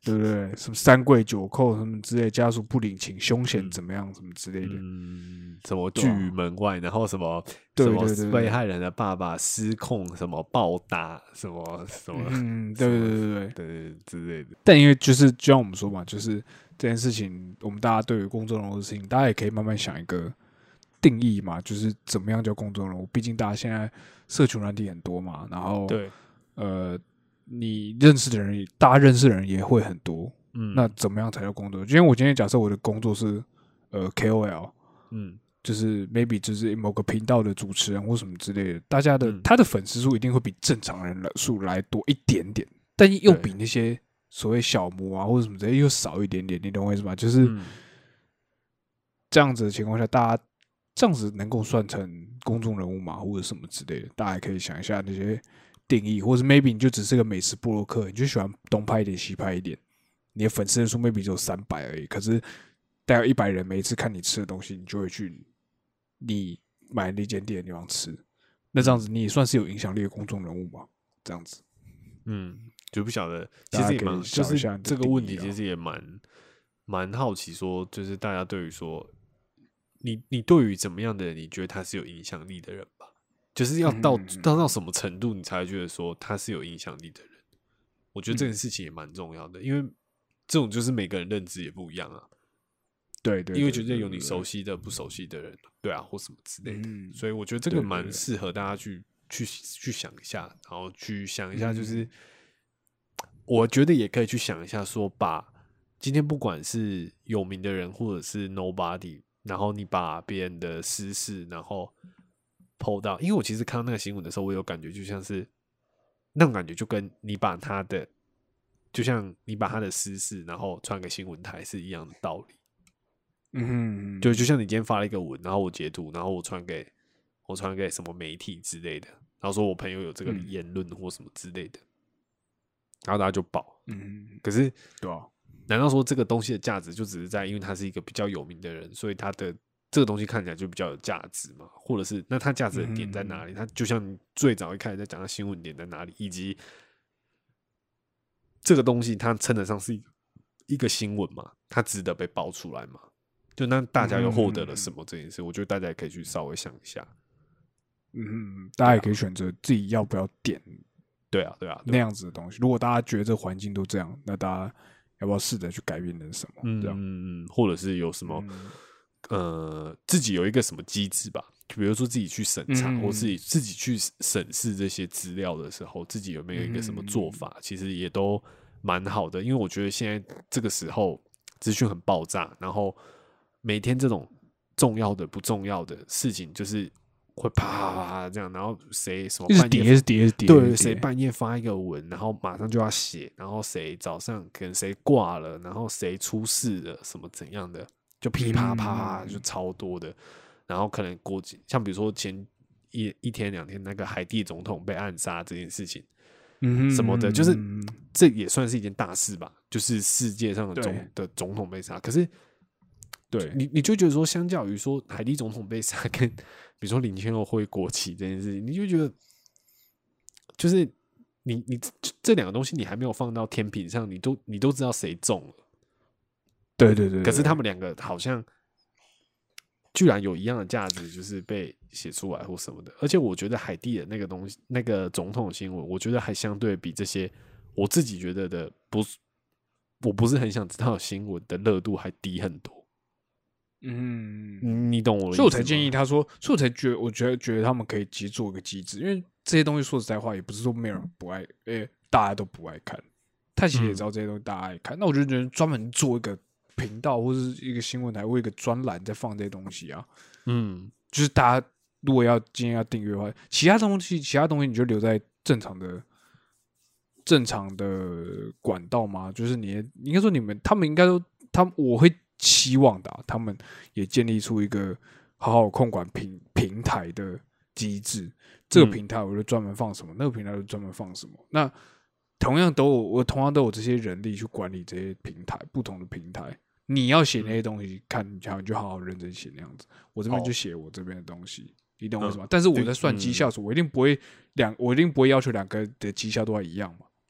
对不对？什么三跪九叩什么之类，家属不领情，凶险怎么样，什么之类的， 嗯，什么拒于门外，然后什么对什么被害人的爸爸失控，什么暴打，什么什么， 嗯，对对对对对之类的。 但因为就是就像我们说嘛，就是这件事情，我们大家对于公众人物的事情，大家也可以慢慢想一个定义嘛，就是怎么样叫公众人物？毕竟大家现在社群软体很多嘛，然后对， 呃。你认识的人，大家认识的人也会很多， 嗯， 那怎么样才叫工作？今天我今天假设我的工作是呃 K O L， 嗯，就是 maybe 就是某个频道的主持人或什么之类的，大家的、嗯、他的粉丝数一定会比正常人数来多一点点，但又比那些所谓小模啊或者什么之类又少一点点，你懂我意思吗？就是这样子的情况下，大家这样子能够算成公众人物嘛，或者什么之类的，大家也可以想一下那些。定义，或是 maybe 你就只是个美食部落客，你就喜欢东拍一点西拍一点，你的粉丝人数 maybe 只有三百而已，可是大概一百人每一次看你吃的东西，你就会去你买那间店的地方吃，那这样子你也算是有影响力的公众人物嘛？这样子， 嗯，就不晓得，其实也蛮就是这个问题，其实也蛮蛮好奇说，就是大家对于说，你你对于怎么样的人，你觉得他是有影响力的人吧？就是要到到到什么程度，你才会觉得说他是有影响力的人？我觉得这件事情也蛮重要的，因为这种就是每个人认知也不一样啊。 对 对, 对， 因为绝对有你熟悉的、不熟悉的人，对啊，或什么之类的。嗯、所以我觉得这个蛮适合大家去去去想一下，然后去想一下，就是、嗯、我觉得也可以去想一下，说把今天不管是有名的人或者是 nobody， 然后你把别人的私事，然后。PO 到，因为我其实看到那个新闻的时候，我有感觉就像是那种感觉，就跟你把他的，就像你把他的私事，然后传给新闻台是一样的道理。嗯，就就像你今天发了一个文，然后我截图，然后我传给我传给什么媒体之类的，然后说我朋友有这个言论或什么之类的，然后大家就爆。嗯，可是对啊， 难道说这个东西的价值就只是在因为他是一个比较有名的人，所以他的？这个东西看起来就比较有价值嘛，或者是那它价值的点在哪里？它就像你最早一开始在讲的新闻点在哪里，以及这个东西它称得上是一个新闻嘛？它值得被爆出来嘛？就那大家又获得了什么这件事？我觉得大家也可以去稍微想一下。 嗯，大家也可以选择自己要不要点。 对啊，对啊， 那样子的东西。如果大家觉得这环境都这样，那大家要不要试着去改变点什么？嗯嗯，或者是有什么？嗯呃，自己有一个什么机制吧，比如说自己去审查，嗯、或自己自己去审视这些资料的时候，自己有没有一个什么做法，嗯、其实也都蛮好的。因为我觉得现在这个时候资讯很爆炸，然后每天这种重要的、不重要的事情，就是会啪啪啪这样，然后谁什么半夜叠叠叠， 对，谁半夜发一个文，然后马上就要写，然后谁早上可能谁挂了，然后谁出事了，什么怎样的。就噼啪啪就超多的，然后可能国际像比如说前一一天两天那个海地总统被暗杀这件事情，嗯什么的，就是这也算是一件大事吧，就是世界上的总的总统被杀。可是， 对你你就觉得说，相较于说海地总统被杀跟比如说林千若会国旗这件事情，你就觉得就是你你这两个东西你还没有放到天平上，你都你都知道谁中了。 对对 对, 对， 可是他们两个好像居然有一样的价值，就是被写出来或什么的。而且我觉得海地的那个东西，那个总统新闻，我觉得还相对比这些我自己觉得的不，我不是很想知道的新闻的热度还低很多。嗯，你懂我的意思吗？ 所以我才建议他说，所以我才觉得，我觉得觉得他们可以其实做一个机制，因为这些东西说实在话，也不是说没有人不爱，诶，大家都不爱看。他其实也知道这些东西大家爱看，嗯、那我就觉得专门做一个。频道或是一个新闻台或一个专栏在放这些东西啊，嗯，就是大家如果要今天要订阅的话，其他东西其他东西你就留在正常的正常的管道嘛，就是你应该说你们他们应该都他们我会期望的、啊，他们也建立出一个好好控管平平台的机制，这个平台我就专门放什么，嗯、那个平台就专门放什么，那同样都有我同样都有这些人力去管理这些平台，不同的平台。你要写那些东西，看你就好好认真写那样子。我这边就写我这边的东西，你懂我意思吗？但是我在算绩效的时候，我一定不会两，我一定不会要求两个的绩效都要一样嘛。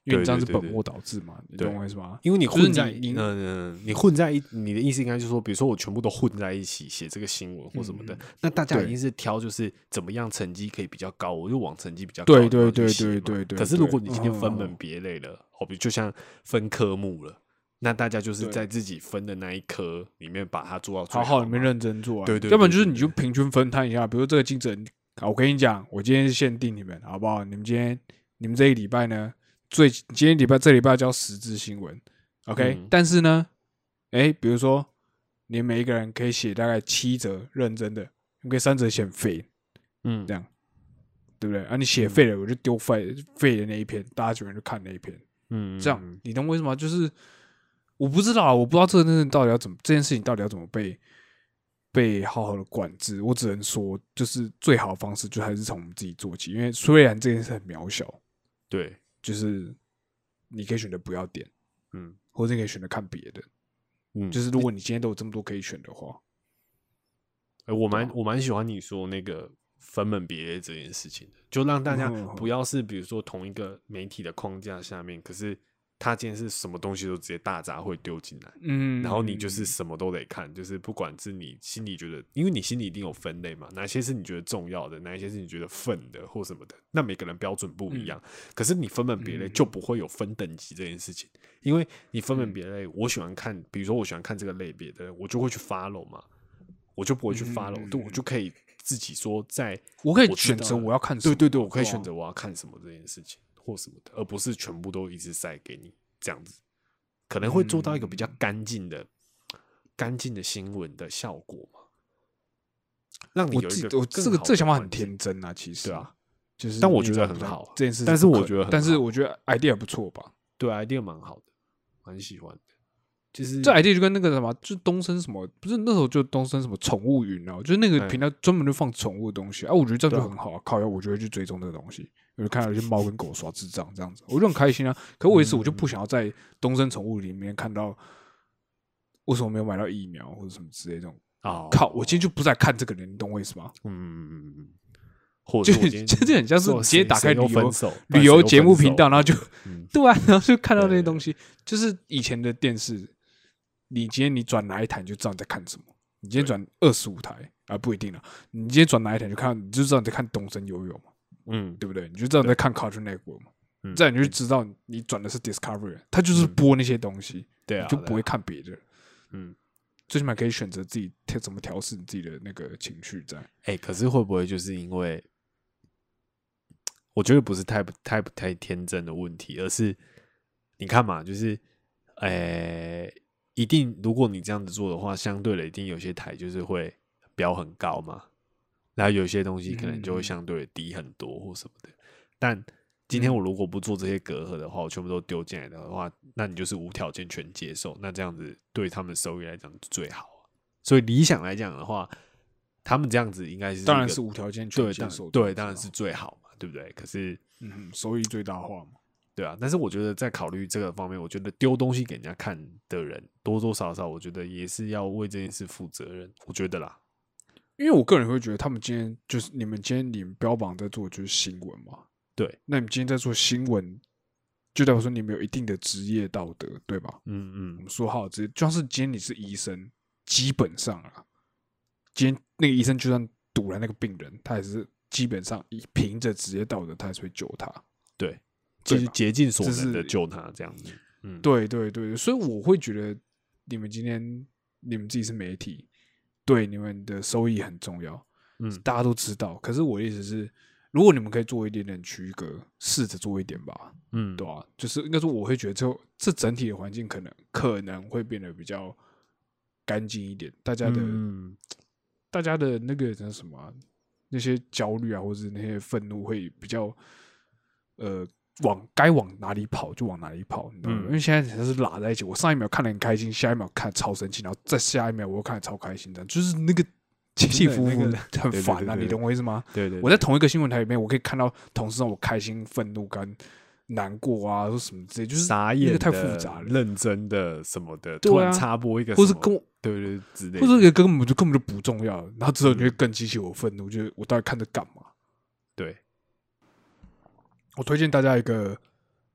因为你这样是本末倒置嘛，你懂我意思吗？ 因为你混在， 就是、你嗯、呃，你混在一，你的意思应该就是说，比如说我全部都混在一起写这个新闻或什么的，嗯、那大家一定是挑就是怎么样成绩可以比较高，我就往成绩比较高的对对对去写嘛。 对对对。 可是如果你今天分门别类了，哦、嗯，就像分科目了。那大家就是在自己分的那一科里面把它做到最好， 好好里面认真做啊。 对 对, 对, 对, 对， 要不然就是你就平均分摊一下，比如这个竞争，我跟你讲，我今天是限定你们，好不好？你们今天你们这一礼拜呢，最今天礼拜这礼拜交十支新闻 ，OK？、嗯、但是呢，哎、欸，比如说你每一个人可以写大概七则认真的，你可以三则写废，嗯，这样对不对？啊，你写废了，我就丢废废的那一篇，大家就就看那一篇，嗯，这样你懂为什么？就是。我不知道，我不知道这个到底要怎么，这件事情到底要怎么被被好好的管制。我只能说，就是最好的方式就还是从我们自己做起。因为虽然这件事很渺小， 对， 就是你可以选择不要点，嗯，或者你可以选择看别的， 嗯， 就是如果你今天都有这么多可以选的话， 欸、我蛮我蛮喜欢你说那个分门别类这件事情的，就让大家不要是比如说同一个媒体的框架下面，可是。他今天是什么东西都直接大杂烩丢进来，嗯，然后你就是什么都得看，就是不管是你心里觉得，因为你心里一定有分类嘛，哪些是你觉得重要的，哪一些是你觉得愤的或什么的，那每个人标准不一样，嗯、可是你分门别类就不会有分等级这件事情，因为你分门别类，我喜欢看，比如说我喜欢看这个类别的，我就会去 follow 嘛，我就不会去 follow，、嗯、我就可以自己说在， 我可以选择我要看什么， 对对对，我可以选择我要看什么这件事情。或什么的，而不是全部都一直塞给你这样子，可能会做到一个比较干净的、干、嗯、净的新闻的效果嘛？让你有一个我这个这个想法很天真啊，其实对啊， 就是， 但我觉得很好、啊、 这件事， 但是我觉得很好， 但是我觉得 idea 不错吧？ 对 ，idea 蛮好的，蛮喜欢的。就是这 idea 就跟那个什么，就是东森什么，不是那时候就东森什么宠物云啊，就是那个频道专门就放宠物的东西、嗯、啊，我觉得这样就很好啊。靠腰，我就会去追踪这个东西，我就看到有些猫跟狗耍智障这样子，我就很开心啊。可我一次我就不想要在东森宠物里面看到为什么没有买到疫苗或者什么之类这种。哦，靠！我今天就不再看这个人，你懂我意思吗？嗯，或者就就很像是你今天打开旅游旅游节目频道，然后就、嗯、对啊，然后就看到那些东西，就是以前的电视。你今天你转哪一台，你就知道你在看什么。你今天转二十五台啊，不一定了。你今天转哪一台，就看你就知道你在看东森悠悠嘛，嗯，对不对？你就知道你在看 Cartoon Network 嘛。嗯、再你就知道你转的是 Discovery， 它就是播那些东西，对、嗯、啊，你就不会看别的。嗯，最起码可以选择自己怎么调试你自己的那个情绪在。 哎、欸，可是会不会就是因为，我觉得不是太太不太天真的问题，而是你看嘛，就是，哎、欸。一定，如果你这样子做的话，相对的一定有些台就是会标很高嘛，然后有些东西可能就会相对的低很多或什么的。但今天我如果不做这些隔阂的话，我全部都丢进来的话，那你就是无条件全接受，那这样子对他们收益来讲最好、啊。所以理想来讲的话，他们这样子应该是当然是无条件全接受， 对，对，当然是最好嘛，对不对？可是， 嗯，收益最大化嘛。 对啊，但是我觉得在考虑这个方面，我觉得丢东西给人家看的人多多少少，我觉得也是要为这件事负责任。我觉得啦， 因为我个人会觉得，他们今天就是你们今天你们标榜在做的就是新闻嘛， 对， 那你们今天在做新闻，就代表说你们有一定的职业道德，对吧？嗯嗯，我们说好职业，就像是今天你是医生，基本上啊，今天那个医生就算堵了那个病人，他也是基本上以凭着职业道德，他还是会救他， 对。就是竭尽所能的救他这样子， 嗯，对对对，所以我会觉得你们今天你们自己是媒体，对你们的收益很重要，嗯，大家都知道。可是我的意思是，如果你们可以做一点点区隔，试着做一点吧，嗯，对吧、啊？就是应该说，我会觉得这这整体的环境可能可能会变得比较干净一点，大家的、嗯、大家的那个叫什么、啊、那些焦虑啊，或者是那些愤怒会比较呃。往该往哪里跑就往哪里跑，你知道吗？嗯、因为现在才是拉在一起。我上一秒看得很开心，下一秒看超生气，然后再下一秒我又看得超开心的，就是那个起起伏伏很烦啊！对对对对你懂我意思吗？对 对, 對。我在同一个新闻台里面，我可以看到同时让我开心、愤怒跟难过啊，说什么之类，就是傻眼的、 太复杂了、 认真的什么的，突然插播一个什么， 或是跟我对对之类的， 或者根本就根本就不重要，然后之后你会更激起我愤怒，就是我到底看着干嘛？ 对。 我推荐大家一个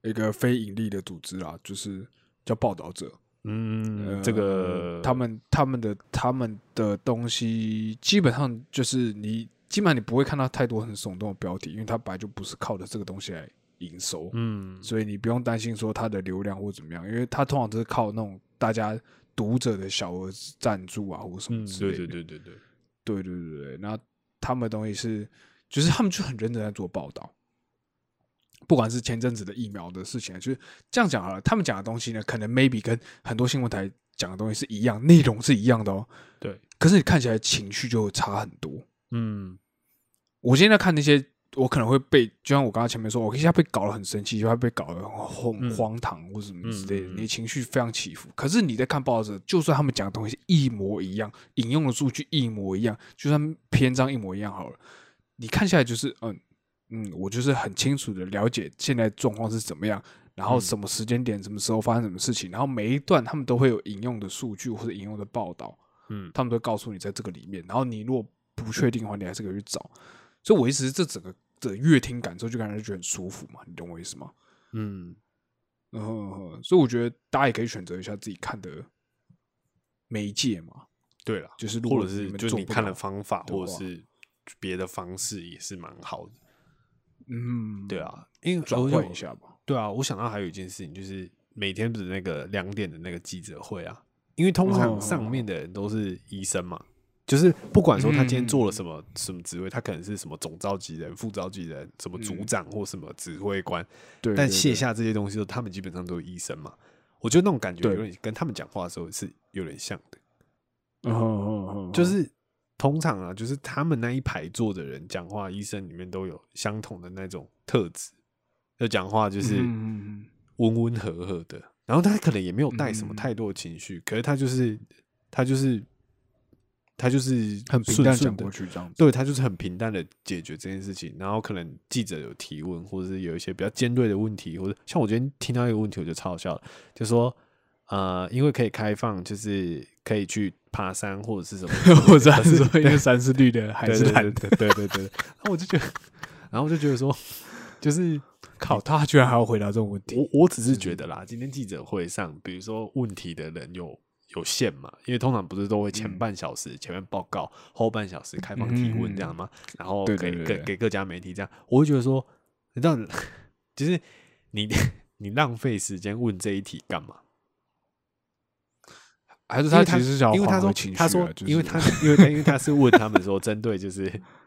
一个非盈利的组织啦，就是叫报道者。 嗯， 呃、 这个他们他们的他们的东西基本上就是你基本上你不会看到太多很耸动的标题，因为它本来就不是靠着这个东西来营收， 嗯， 所以你不用担心说它的流量或怎么样，因为它通常都是靠那种大家读者的小额赞助啊或什么之类的。 嗯、对对对对对对对对对，那他们的东西是，就是他们就很认真在做报道。不管是前阵子的疫苗的事情，就是这样讲好了。他们讲的东西呢，可能 maybe 跟很多新闻台讲的东西是一样，内容是一样的哦。 对， 可是你看起来情绪就会差很多。 嗯， 我现在看那些，我可能会被，就像我刚刚前面说，我一下被搞得很生气，就会被搞得很嗯荒唐或什么之类的， 嗯嗯嗯你的情绪非常起伏。可是你在看报纸，就算他们讲的东西一模一样，引用的数据一模一样，就算篇章一模一样好了，你看下来就是嗯。嗯，我就是很清楚的了解现在状况是怎么样，然后什么时间点、什么时候发生什么事情，然后每一段他们都会有引用的数据或者引用的报道， 嗯， 他们都会告诉你在这个里面，然后你如果不确定的话，你还是可以去找。所以我一直这整个的乐听感受就感觉觉得很舒服嘛，你懂我意思吗？ 嗯， 嗯哼，所以我觉得大家也可以选择一下自己看的媒介嘛。 对了， 就是如果或者是就是你看的的方法，或者是别的方式也是蛮好的。 嗯， 对啊，因为转换一下吧。 对啊，我想到还有一件事情，就是每天的那个两点的那个记者会啊，因为通常上面的人都是医生嘛，就是不管说他今天做了什么、嗯、什么职位，他可能是什么总召集人、副召集人、什么组长或什么指挥官， 对、嗯， 但卸下这些东西，他们基本上都是医生嘛。我觉得那种感觉有点跟他们讲话的时候是有点像的， 嗯， 就是通常啊，就是他们那一排坐的人讲话，医生里面都有相同的那种特质，就讲话就是温温和和的，然后他可能也没有带什么太多的情绪，嗯、可是他就是他就是他就是很平淡讲过去这样子， 对他就是很平淡的解决这件事情，然后可能记者有提问，或者是有一些比较尖锐的问题，或者像我今天听到一个问题，我就超好笑的，就说呃，因为可以开放，就是可以去爬山或者是什么， 我知道是说因为山是绿的，海是蓝的， 对对对。然后我就觉得，然后我就觉得说，就是靠，他居然还要回答这种问题。 我我只是觉得啦，今天记者会上，比如说问题的人有有限嘛，因为通常不是都会前半小时、嗯、前面报告，后半小时开放提问这样吗？嗯、然后给对对对对给给各家媒体这样，我会觉得说，你知道，就是你你浪费时间问这一题干嘛？ 还是他其实是想因为他说他说，因为他因为他因为他是问他们说，针对就是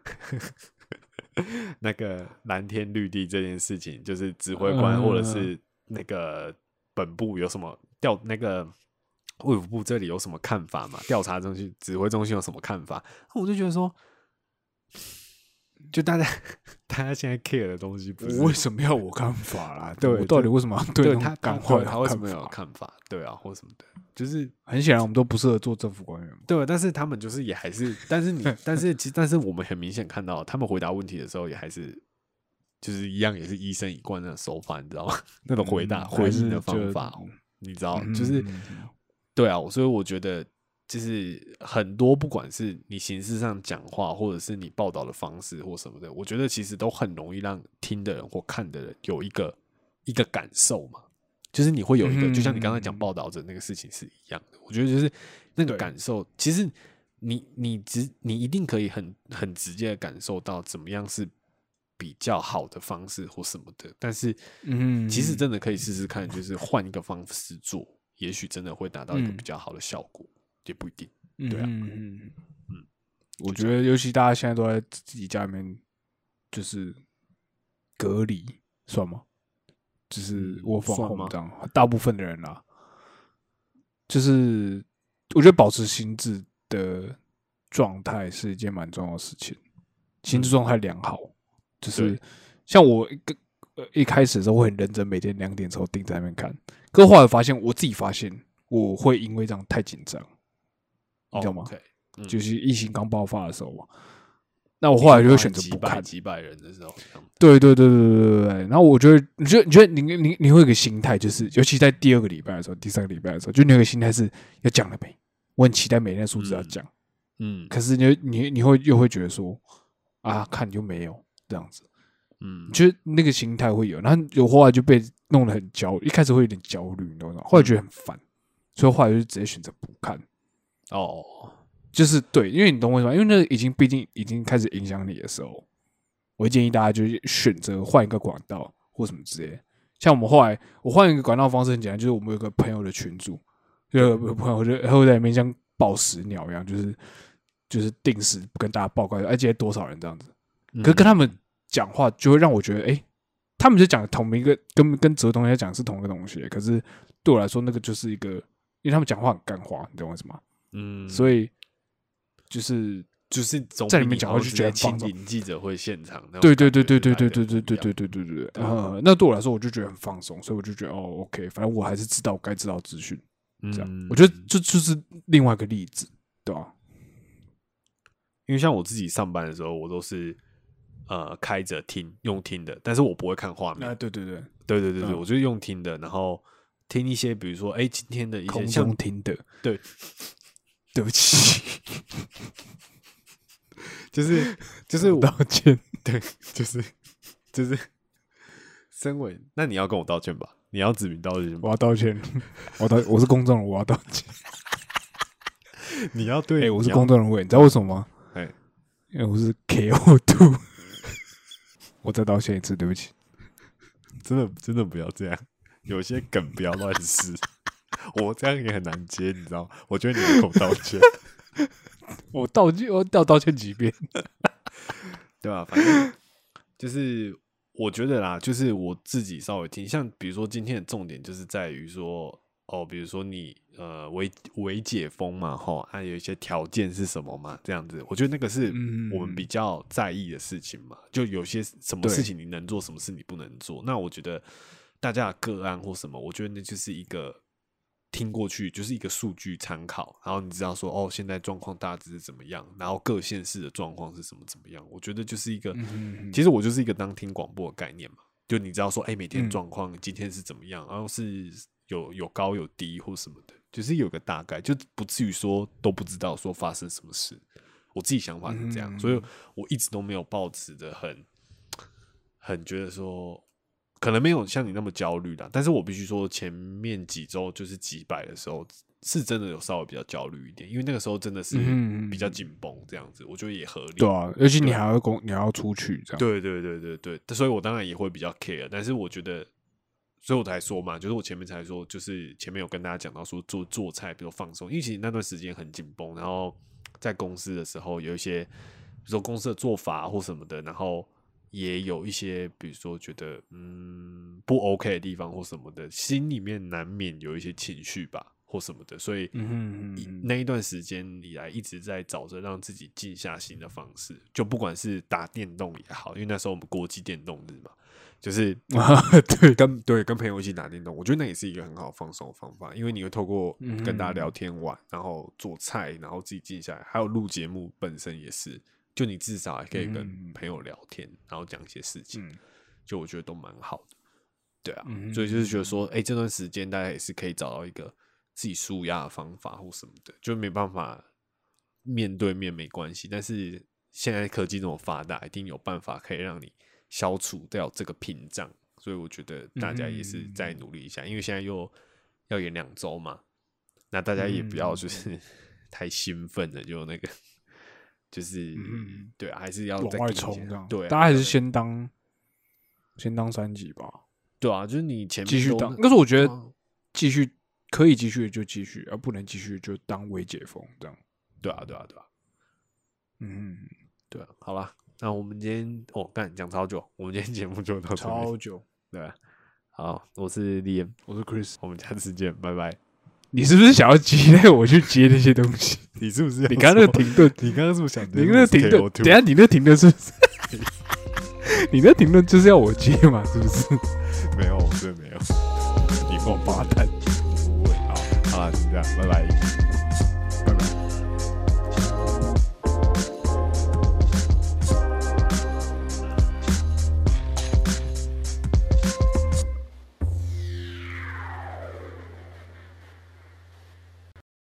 那个蓝天绿地这件事情，就是指挥官或者是那个本部有什么调，那个卫福部这里有什么看法嘛？调查中心、指挥中心有什么看法？我就觉得说，就大家大家现在 care 的东西不是我为什么要我看法啦？ 对， 我到底为什么要对他感化他为什么有看法？对啊，或什么的，就是很显然我们都不适合做政府官员嘛。 对，但是他们就是也还是，但是你，但是其实，但是我们很明显看到，他们回答问题的时候也还是，就是一样，也是医生一贯的手法，你知道吗？那种回答、嗯、回应的方法，你知道，就是、嗯、对啊，所以我觉得。就是很多，不管是你形式上讲话，或者是你报道的方式或什么的，我觉得其实都很容易让听的人或看的人有一个一个感受嘛。就是你会有一个，就像你刚才讲报道者那个事情是一样的。我觉得就是那个感受，其实你你直你一定可以很很直接的感受到怎么样是比较好的方式或什么的。但是，嗯，其实真的可以试试看，就是换一个方式做，也许真的会达到一个比较好的效果。也不一定，对啊， 嗯嗯嗯，我觉得尤其大家现在都在自己家里面，就是隔离，算吗？就是我放空这样，大部分的人啦，就是我觉得保持心智的状态是一件蛮重要的事情，心智状态良好，就是像我一个呃一开始的时候会很认真，每天两点之后盯在那边看，可是后来发现我自己发现我会因为这样太紧张。你知道吗？ oh, okay, 嗯、 就是疫情刚爆发的时候嘛，那我后来就会选择不看几百人的时候。 对对对对对对对。然后我觉得，你觉得你觉得你你你会有一个心态，就是尤其在第二个礼拜的时候、第三个礼拜的时候，就你有个心态是要讲了没？我很期待每天的数字要讲，嗯，可是你你你会又会觉得说啊，看就没有这样子， 嗯，就是那个心态会有，然后有后来就被弄得很焦，一开始会有点焦虑，你知道吗？后来觉得很烦，所以后来就直接选择不看。 哦， 就是对，因为你懂我意思吗？因为那已经毕竟已经开始影响你的时候，我会建议大家就是选择换一个管道或什么之类的。像我们后来，我换一个管道方式很简单，就是我们有个朋友的群组，就有个朋友就会在里面像报时鸟一样，就是就是定时跟大家报告，哎，今天多少人这样子。可是跟他们讲话，就会让我觉得，哎、欸，他们就讲同一个，跟跟哲同学讲是同一个东西，可是对我来说，那个就是一个，因为他们讲话很干话，你懂我意思吗？嗯，所以就是就是在里面讲话就觉得亲临记者会现场， 对对对对对对对对对对对对对，呃，那对我来说，我就觉得很放松，所以我就觉得哦 ，OK， 反正我还是知道我该知道资讯，这样，我觉得这就是另外一个例子，对吧、啊？ 因为像我自己上班的时候，我都是。呃，开着听用听的，但是我不会看画面。 啊，对对对， 对对对对，嗯、我就是用听的，然后听一些，比如说，哎、欸，今天的一些空中听的， 对， 对不起， 就是就是我道歉， 对，就是就是，身为那你要跟我道歉吧，你要指名道姓， 我要道歉，我道我是公众人物，我要道歉。 你要对， 哎、欸，我是公众人物，你知道为什么吗？ 哎， 因为我是 K O 二。我再道歉一次，对不起。 真的真的不要这样，有些梗不要乱试。我这样也很难接，你知道？我觉得你要跟我道歉。 我道歉，我要道歉几遍， 对吧、啊？反正就是我觉得啦，就是我自己稍微听，像比如说今天的重点就是在于说，哦，比如说你呃微微解封嘛，吼，还、啊、有一些条件是什么嘛，这样子，我觉得那个是我们比较在意的事情嘛，就有些什么事情你能做，什么事你不能做。那我觉得大家的个案或什么，我觉得那就是一个。听过去就是一个数据参考，然后你知道说哦，现在状况大致是怎么样，然后各县市的状况是什么怎么样？我觉得就是一个，嗯、其实我就是一个当听广播的概念嘛，就你知道说，哎、欸，每天状况今天是怎么样，然后是有有高有低或什么的，就是有个大概，就不至于说都不知道说发生什么事。我自己想法是这样，嗯、所以我一直都没有抱持的很很觉得说。可能没有像你那么焦虑啦，但是我必须说，前面几周就是几百的时候，是真的有稍微比较焦虑一点，因为那个时候真的是比较紧绷这样子，我觉得也合理。 对啊，而且你还要公，你还要出去这样。 对对对对对，所以我当然也会比较 care， 但是我觉得，所以我才说嘛，就是我前面才说，就是前面有跟大家讲到说做做菜，比如放松，因为其实那段时间很紧绷，然后在公司的时候有一些，比如说公司的做法或什么的，然后。也有一些，比如说觉得嗯不 OK 的地方或什么的，心里面难免有一些情绪吧，或什么的，所以、嗯、那一段时间以来一直在找着让自己静下心的方式，就不管是打电动也好，因为那时候我们国际电动日嘛，就是对跟对跟朋友一起打电动，我觉得那也是一个很好放松的方法，因为你会透过跟大家聊天玩，然后做菜，然后自己静下来，还有录节目本身也是。就你至少还可以跟朋友聊天，嗯、然后讲一些事情，嗯、就我觉得都蛮好的，对啊，嗯、所以就是觉得说，哎、欸，这段时间大家也是可以找到一个自己抒压的方法或什么的，就没办法面对面没关系，但是现在科技这么发达，一定有办法可以让你消除掉这个屏障，所以我觉得大家也是再努力一下，嗯、因为现在又要演两周嘛，那大家也不要就是太兴奋了，就那个。就是，嗯、对啊，还是要往外冲这样。 对、啊， 大家还是先当先当三级吧。 对啊，就是你前面继续当，但是我觉得继续可以继续就继续，而不能继续就当微解封这样。 对啊，对啊，对啊。嗯，对啊，好啦，那我们今天哦，干讲超久，我们今天节目就到这里。 超久， 对啊。好，我是 Liam， 我是 Chris， 我们下次见，拜拜。 你是不是想要激励我去接那些东西？ 你是不是？ 你刚刚那个停顿， 你刚刚是不是想？ 你那个停顿，等一下你那停顿是不是？你那停顿就是要我接嘛？是不是？ 没有，我真的没有。你王八蛋！ 不会，好，好啦，就这样，拜拜。